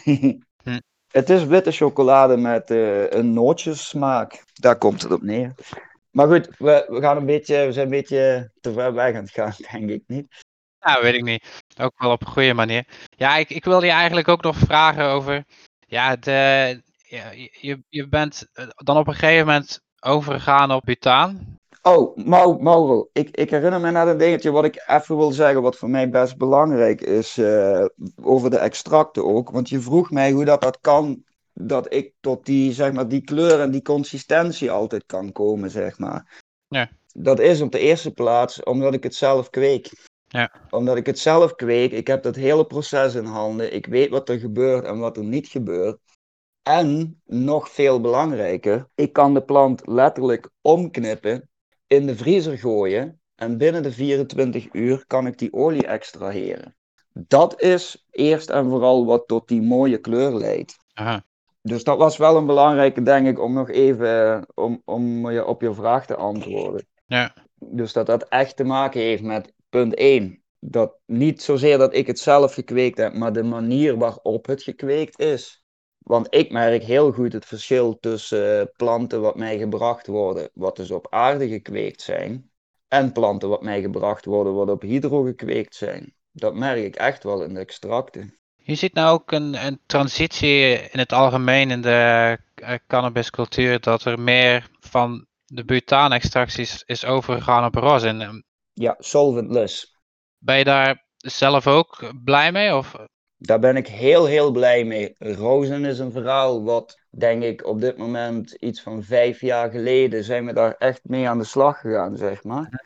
Het is witte chocolade met een nootjessmaak. Daar komt het op neer. Maar goed, we zijn een beetje te ver weg aan het gaan, denk ik niet. Ja, weet ik niet. Ook wel op een goede manier. Ja, ik wilde je eigenlijk ook nog vragen over, ja, ja, je bent dan op een gegeven moment overgegaan op butaan. Oh, Mauro, ik herinner me net een dingetje wat ik even wil zeggen, wat voor mij best belangrijk is, over de extracten ook. Want je vroeg mij hoe dat kan, dat ik tot die, zeg maar, die kleur en die consistentie altijd kan komen, zeg maar. Ja. Dat is op de eerste plaats omdat ik het zelf kweek. Ja. Omdat ik het zelf kweek, ik heb dat hele proces in handen, ik weet wat er gebeurt en wat er niet gebeurt. En, nog veel belangrijker, ik kan de plant letterlijk omknippen, in de vriezer gooien en binnen de 24 uur kan ik die olie extraheren. Dat is eerst en vooral wat tot die mooie kleur leidt. Aha. Dus dat was wel een belangrijke, denk ik, om nog even om je op je vraag te antwoorden. Ja. Dus dat echt te maken heeft met punt 1. Dat niet zozeer dat ik het zelf gekweekt heb, maar de manier waarop het gekweekt is. Want ik merk heel goed het verschil tussen planten wat mij gebracht worden, wat dus op aarde gekweekt zijn, en planten wat mij gebracht worden, wat op hydro gekweekt zijn. Dat merk ik echt wel in de extracten. Je ziet nou ook een transitie in het algemeen in de cannabiscultuur, dat er meer van de butaanextracties is overgegaan op rosin. Ja, solventless. Ben je daar zelf ook blij mee? Of? Daar ben ik heel, heel blij mee. Rozen is een verhaal wat, denk ik, op dit moment iets van 5 jaar geleden zijn we daar echt mee aan de slag gegaan, zeg maar.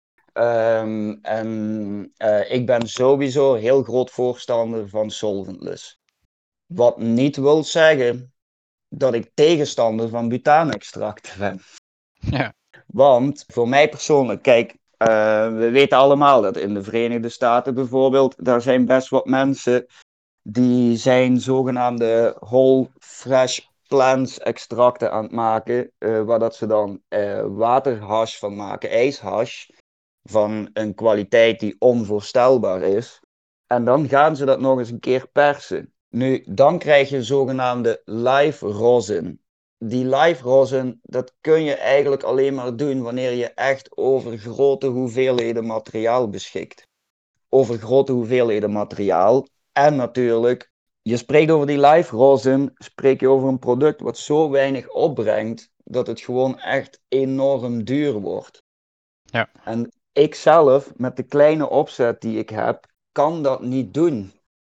Ik ben sowieso heel groot voorstander van solventless. Wat niet wil zeggen dat ik tegenstander van butaanextracten ben. Ja. Want voor mij persoonlijk, kijk, we weten allemaal dat in de Verenigde Staten bijvoorbeeld, daar zijn best wat mensen die zijn zogenaamde whole fresh plants extracten aan het maken, waar dat ze dan waterhash van maken, ijshash, van een kwaliteit die onvoorstelbaar is. En dan gaan ze dat nog eens een keer persen. Nu, dan krijg je zogenaamde live rosin. Die live rosin, dat kun je eigenlijk alleen maar doen wanneer je echt over grote hoeveelheden materiaal beschikt. Over grote hoeveelheden materiaal. En natuurlijk, je spreekt over die live rosin, spreek je over een product wat zo weinig opbrengt, dat het gewoon echt enorm duur wordt. Ja. En ik zelf, met de kleine opzet die ik heb, kan dat niet doen.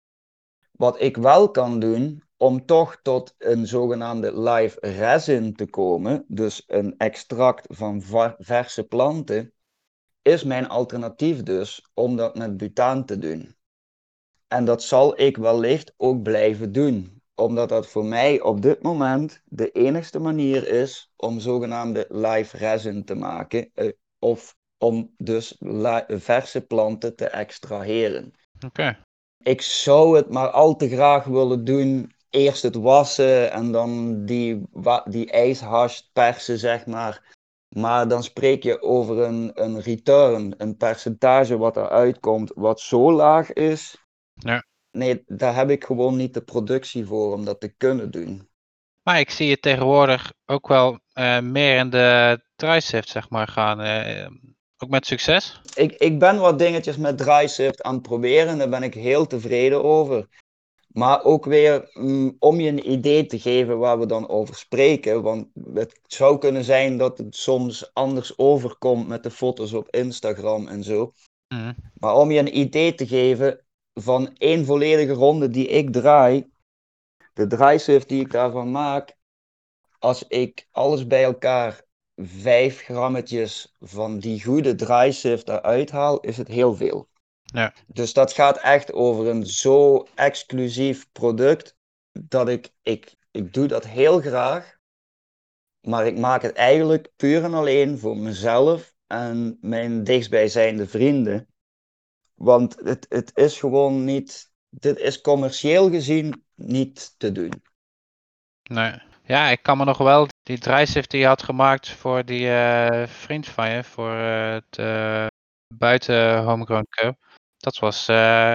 Wat ik wel kan doen, om toch tot een zogenaamde live resin te komen, dus een extract van verse planten, is mijn alternatief dus om dat met butaan te doen. En dat zal ik wellicht ook blijven doen, omdat dat voor mij op dit moment de enigste manier is om zogenaamde live resin te maken, of om dus verse planten te extraheren. Oké. Ik zou het maar al te graag willen doen. Eerst het wassen en dan die ijshash persen, zeg maar. Maar dan spreek je over een return, een percentage wat eruit komt, wat zo laag is. Ja. Nee, daar heb ik gewoon niet de productie voor om dat te kunnen doen. Maar ik zie je tegenwoordig ook wel meer in de dry-sift, zeg maar, gaan. Ook met succes. Ik ben wat dingetjes met dry-sift aan het proberen, daar ben ik heel tevreden over. Maar ook weer om je een idee te geven waar we dan over spreken. Want het zou kunnen zijn dat het soms anders overkomt met de foto's op Instagram en zo. Mhm. Maar om je een idee te geven van één volledige ronde die ik draai, de dry-sift die ik daarvan maak, als ik alles bij elkaar 5 grammetjes van die goede dry-sift eruit haal, is het heel veel. Ja. Dus dat gaat echt over een zo exclusief product dat ik doe dat heel graag, maar ik maak het eigenlijk puur en alleen voor mezelf en mijn dichtstbijzijnde vrienden. Want het is gewoon niet, dit is commercieel gezien niet te doen. Nee. Ja, ik kan me nog wel die dry-sift die je had gemaakt voor die vriend van je, voor het buiten Homegrown Cup. Dat was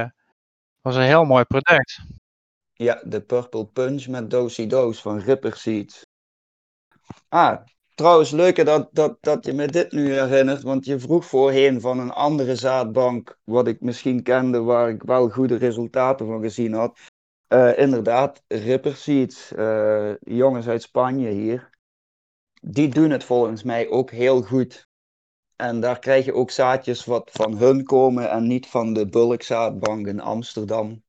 een heel mooi product. Ja, de Purple Punch met Doos van Ripper Seeds. Ah, trouwens, leuke dat je me dit nu herinnert, want je vroeg voorheen van een andere zaadbank, wat ik misschien kende, waar ik wel goede resultaten van gezien had. Inderdaad, Ripper Seeds, jongens uit Spanje hier, die doen het volgens mij ook heel goed. En daar krijg je ook zaadjes wat van hun komen en niet van de bulkzaadbank in Amsterdam.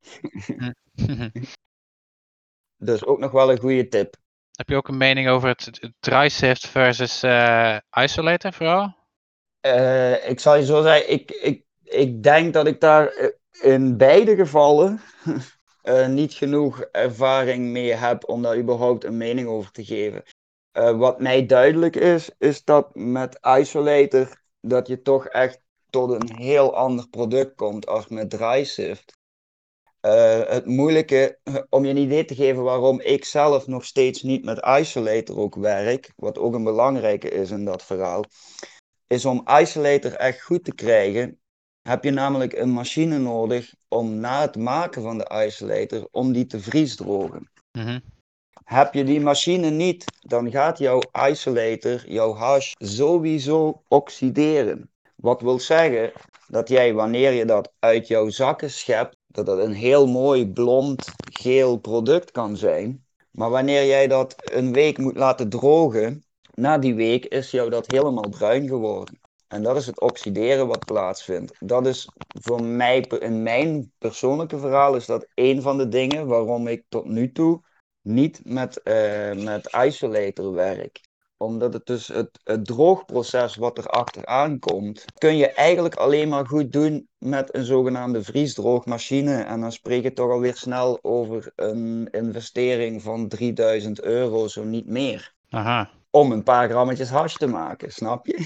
Dus ook nog wel een goede tip. Heb je ook een mening over het dry-sift versus isolator vooral? Ik zal je zo zeggen, ik denk dat ik daar in beide gevallen niet genoeg ervaring mee heb om daar überhaupt een mening over te geven. Wat mij duidelijk is dat met Isolator dat je toch echt tot een heel ander product komt als met DrySift. Het moeilijke, om je een idee te geven waarom ik zelf nog steeds niet met Isolator ook werk, wat ook een belangrijke is in dat verhaal, is om Isolator echt goed te krijgen, heb je namelijk een machine nodig om na het maken van de Isolator, om die te vriesdrogen. Mhm. Heb je die machine niet, dan gaat jouw isolator, jouw hash, sowieso oxideren. Wat wil zeggen dat jij, wanneer je dat uit jouw zakken schept, dat dat een heel mooi blond geel product kan zijn. Maar wanneer jij dat een week moet laten drogen, na die week is jou dat helemaal bruin geworden. En dat is het oxideren wat plaatsvindt. Dat is voor mij, in mijn persoonlijke verhaal, is dat een van de dingen waarom ik tot nu toe niet met Isolator werk. Omdat het dus het droogproces wat er achteraan komt, kun je eigenlijk alleen maar goed doen met een zogenaamde vriesdroogmachine. En dan spreek je toch alweer snel over een investering van €3000, zo niet meer. Aha. Om een paar grammetjes hash te maken, snap je?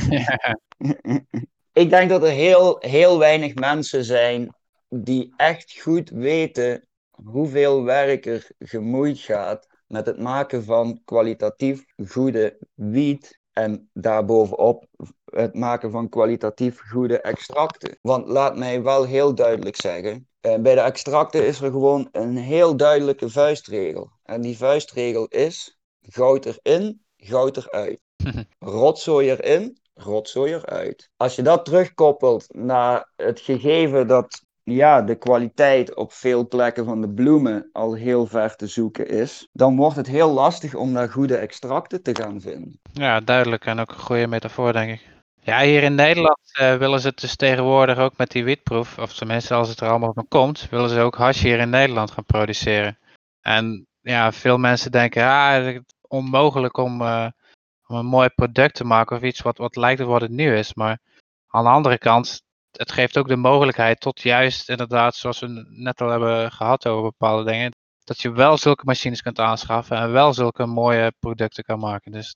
Ik denk dat er heel weinig mensen zijn die echt goed weten hoeveel werk er gemoeid gaat met het maken van kwalitatief goede wiet en daarbovenop het maken van kwalitatief goede extracten. Want laat mij wel heel duidelijk zeggen, bij de extracten is er gewoon een heel duidelijke vuistregel. En die vuistregel is: goud erin, goud eruit. Rotzooi erin, rotzooi eruit. Als je dat terugkoppelt naar het gegeven dat de kwaliteit op veel plekken van de bloemen al heel ver te zoeken is, dan wordt het heel lastig om daar goede extracten te gaan vinden. Ja, duidelijk en ook een goede metafoor, denk ik. Ja, hier in Nederland willen ze het dus tegenwoordig ook met die wietproef, of tenminste als het er allemaal van komt, willen ze ook hash hier in Nederland gaan produceren. En ja, veel mensen denken, het is onmogelijk om een mooi product te maken of iets wat lijkt op wat het nu is. Maar aan de andere kant, het geeft ook de mogelijkheid tot juist inderdaad, zoals we net al hebben gehad over bepaalde dingen, dat je wel zulke machines kunt aanschaffen en wel zulke mooie producten kan maken. Dus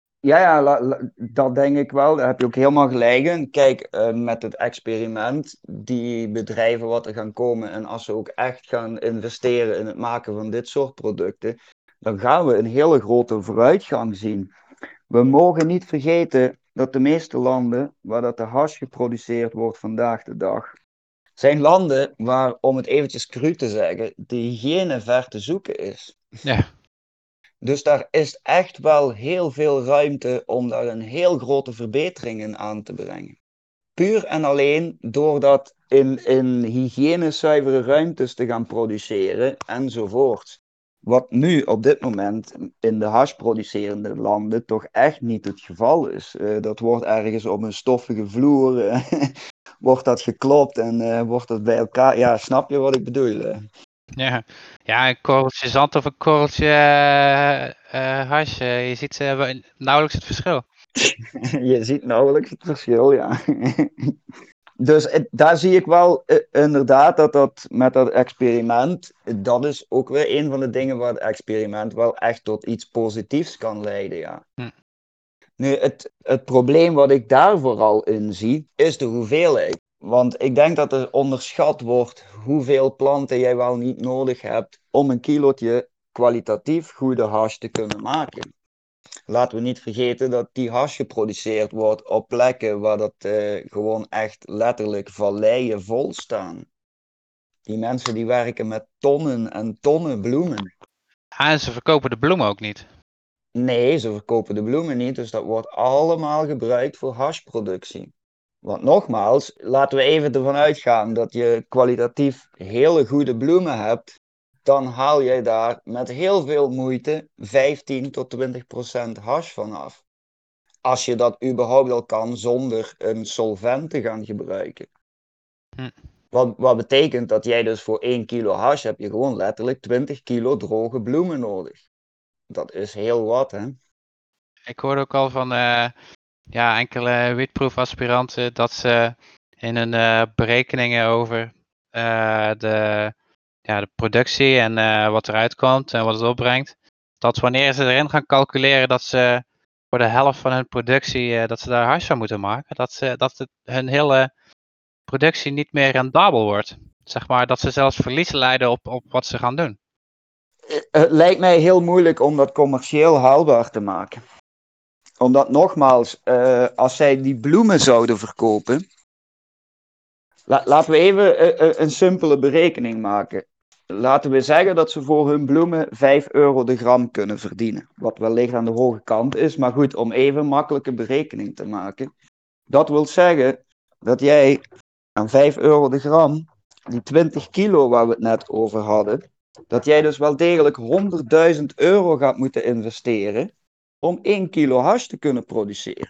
Ja, dat denk ik wel. Daar heb je ook helemaal gelijk in. Kijk, met het experiment, die bedrijven wat er gaan komen en als ze ook echt gaan investeren in het maken van dit soort producten, dan gaan we een hele grote vooruitgang zien. We mogen niet vergeten dat de meeste landen waar dat de hash geproduceerd wordt vandaag de dag, zijn landen waar, om het eventjes cru te zeggen, de hygiëne ver te zoeken is. ja. Dus daar is echt wel heel veel ruimte om daar een heel grote verbetering in aan te brengen. Puur en alleen door dat in hygiënezuivere ruimtes te gaan produceren enzovoort. Wat nu op dit moment in de hashproducerende landen toch echt niet het geval is. Dat wordt ergens op een stoffige vloer, wordt dat geklopt en wordt dat bij elkaar. Ja, snap je wat ik bedoel? Ja, een korreltje zand of een korreltje hash. Je ziet nauwelijks het verschil. Je ziet nauwelijks het verschil, ja. Dus daar zie ik wel inderdaad dat met dat experiment, dat is ook weer een van de dingen waar het experiment wel echt tot iets positiefs kan leiden, ja. Nu, het probleem wat ik daar vooral in zie, is de hoeveelheid. Want ik denk dat er onderschat wordt hoeveel planten jij wel niet nodig hebt om een kilootje kwalitatief goede hash te kunnen maken. Laten we niet vergeten dat die hash geproduceerd wordt op plekken waar dat gewoon echt letterlijk valleien vol staan. Die mensen die werken met tonnen en tonnen bloemen. En ze verkopen de bloemen ook niet. Nee, ze verkopen de bloemen niet, dus dat wordt allemaal gebruikt voor hashproductie. Want nogmaals, laten we even ervan uitgaan dat je kwalitatief hele goede bloemen hebt, dan haal jij daar met heel veel moeite 15 tot 20% hash van af. Als je dat überhaupt al kan zonder een solvent te gaan gebruiken. Wat betekent dat jij dus voor 1 kilo hash heb je gewoon letterlijk 20 kilo droge bloemen nodig. Dat is heel wat, hè? Ik hoorde ook al van enkele witproefaspiranten dat ze in hun berekeningen over de productie en wat eruit komt en wat het opbrengt, dat wanneer ze erin gaan calculeren dat ze voor de helft van hun productie dat ze daar hash van moeten maken, dat hun hele productie niet meer rendabel wordt. Zeg maar dat ze zelfs verlies lijden op wat ze gaan doen. Het lijkt mij heel moeilijk om dat commercieel haalbaar te maken. Omdat nogmaals, als zij die bloemen zouden verkopen. Laten we even een simpele berekening maken. Laten we zeggen dat ze voor hun bloemen €5 de gram kunnen verdienen. Wat wellicht aan de hoge kant is, maar goed, om even een makkelijke berekening te maken. Dat wil zeggen dat jij aan €5 de gram, die 20 kilo waar we het net over hadden, dat jij dus wel degelijk €100.000 gaat moeten investeren om 1 kilo hash te kunnen produceren.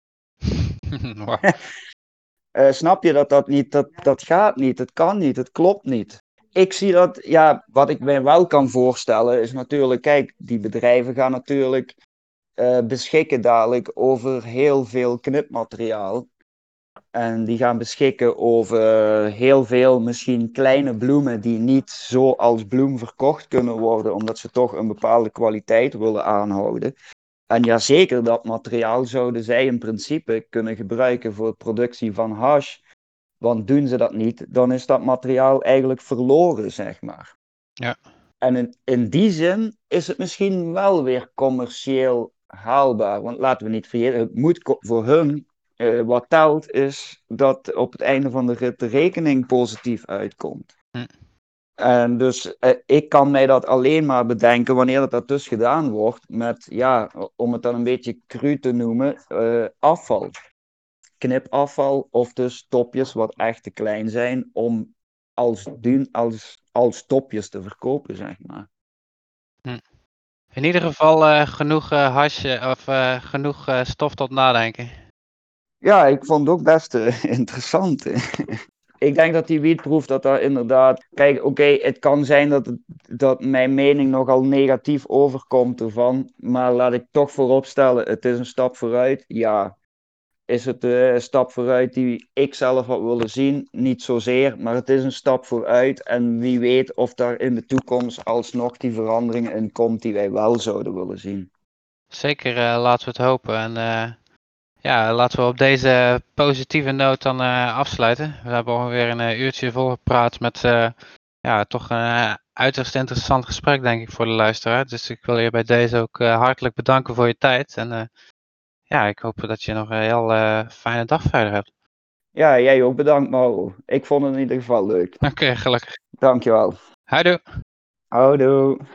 Snap je dat niet? Dat gaat niet, het kan niet, het klopt niet. Ik zie dat, ja, wat ik mij wel kan voorstellen is natuurlijk, kijk, die bedrijven gaan natuurlijk beschikken dadelijk over heel veel knipmateriaal. En die gaan beschikken over heel veel misschien kleine bloemen die niet zo als bloem verkocht kunnen worden, omdat ze toch een bepaalde kwaliteit willen aanhouden. En ja, zeker dat materiaal zouden zij in principe kunnen gebruiken voor de productie van hash. Want doen ze dat niet, dan is dat materiaal eigenlijk verloren, zeg maar. Ja. En in die zin is het misschien wel weer commercieel haalbaar. Want laten we niet vergeten, het moet voor hun, wat telt, is dat op het einde van de rit de rekening positief uitkomt. Hm. En dus ik kan mij dat alleen maar bedenken wanneer dat dus gedaan wordt met, ja, om het dan een beetje cru te noemen, afval. Knipafval of dus topjes wat echt te klein zijn om als topjes te verkopen, zeg maar. In ieder geval genoeg hasje of genoeg stof tot nadenken. Ja, ik vond het ook best interessant. Ik denk dat die wietproef dat daar inderdaad... Kijk, oké, het kan zijn dat mijn mening nogal negatief overkomt ervan. Maar laat ik toch vooropstellen, het is een stap vooruit. Ja, is het een stap vooruit die ik zelf had willen zien? Niet zozeer, maar het is een stap vooruit. En wie weet of daar in de toekomst alsnog die verandering in komt die wij wel zouden willen zien. Zeker, laten we het hopen. En ja, laten we op deze positieve noot dan afsluiten. We hebben alweer een uurtje volgepraat met ja, toch een uiterst interessant gesprek, denk ik, voor de luisteraar. Dus ik wil je bij deze ook hartelijk bedanken voor je tijd. En ja, ik hoop dat je nog een heel fijne dag verder hebt. Ja, jij ook bedankt, Mauro. Ik vond het in ieder geval leuk. Oké, gelukkig. Dankjewel. Houdoe. Houdoe.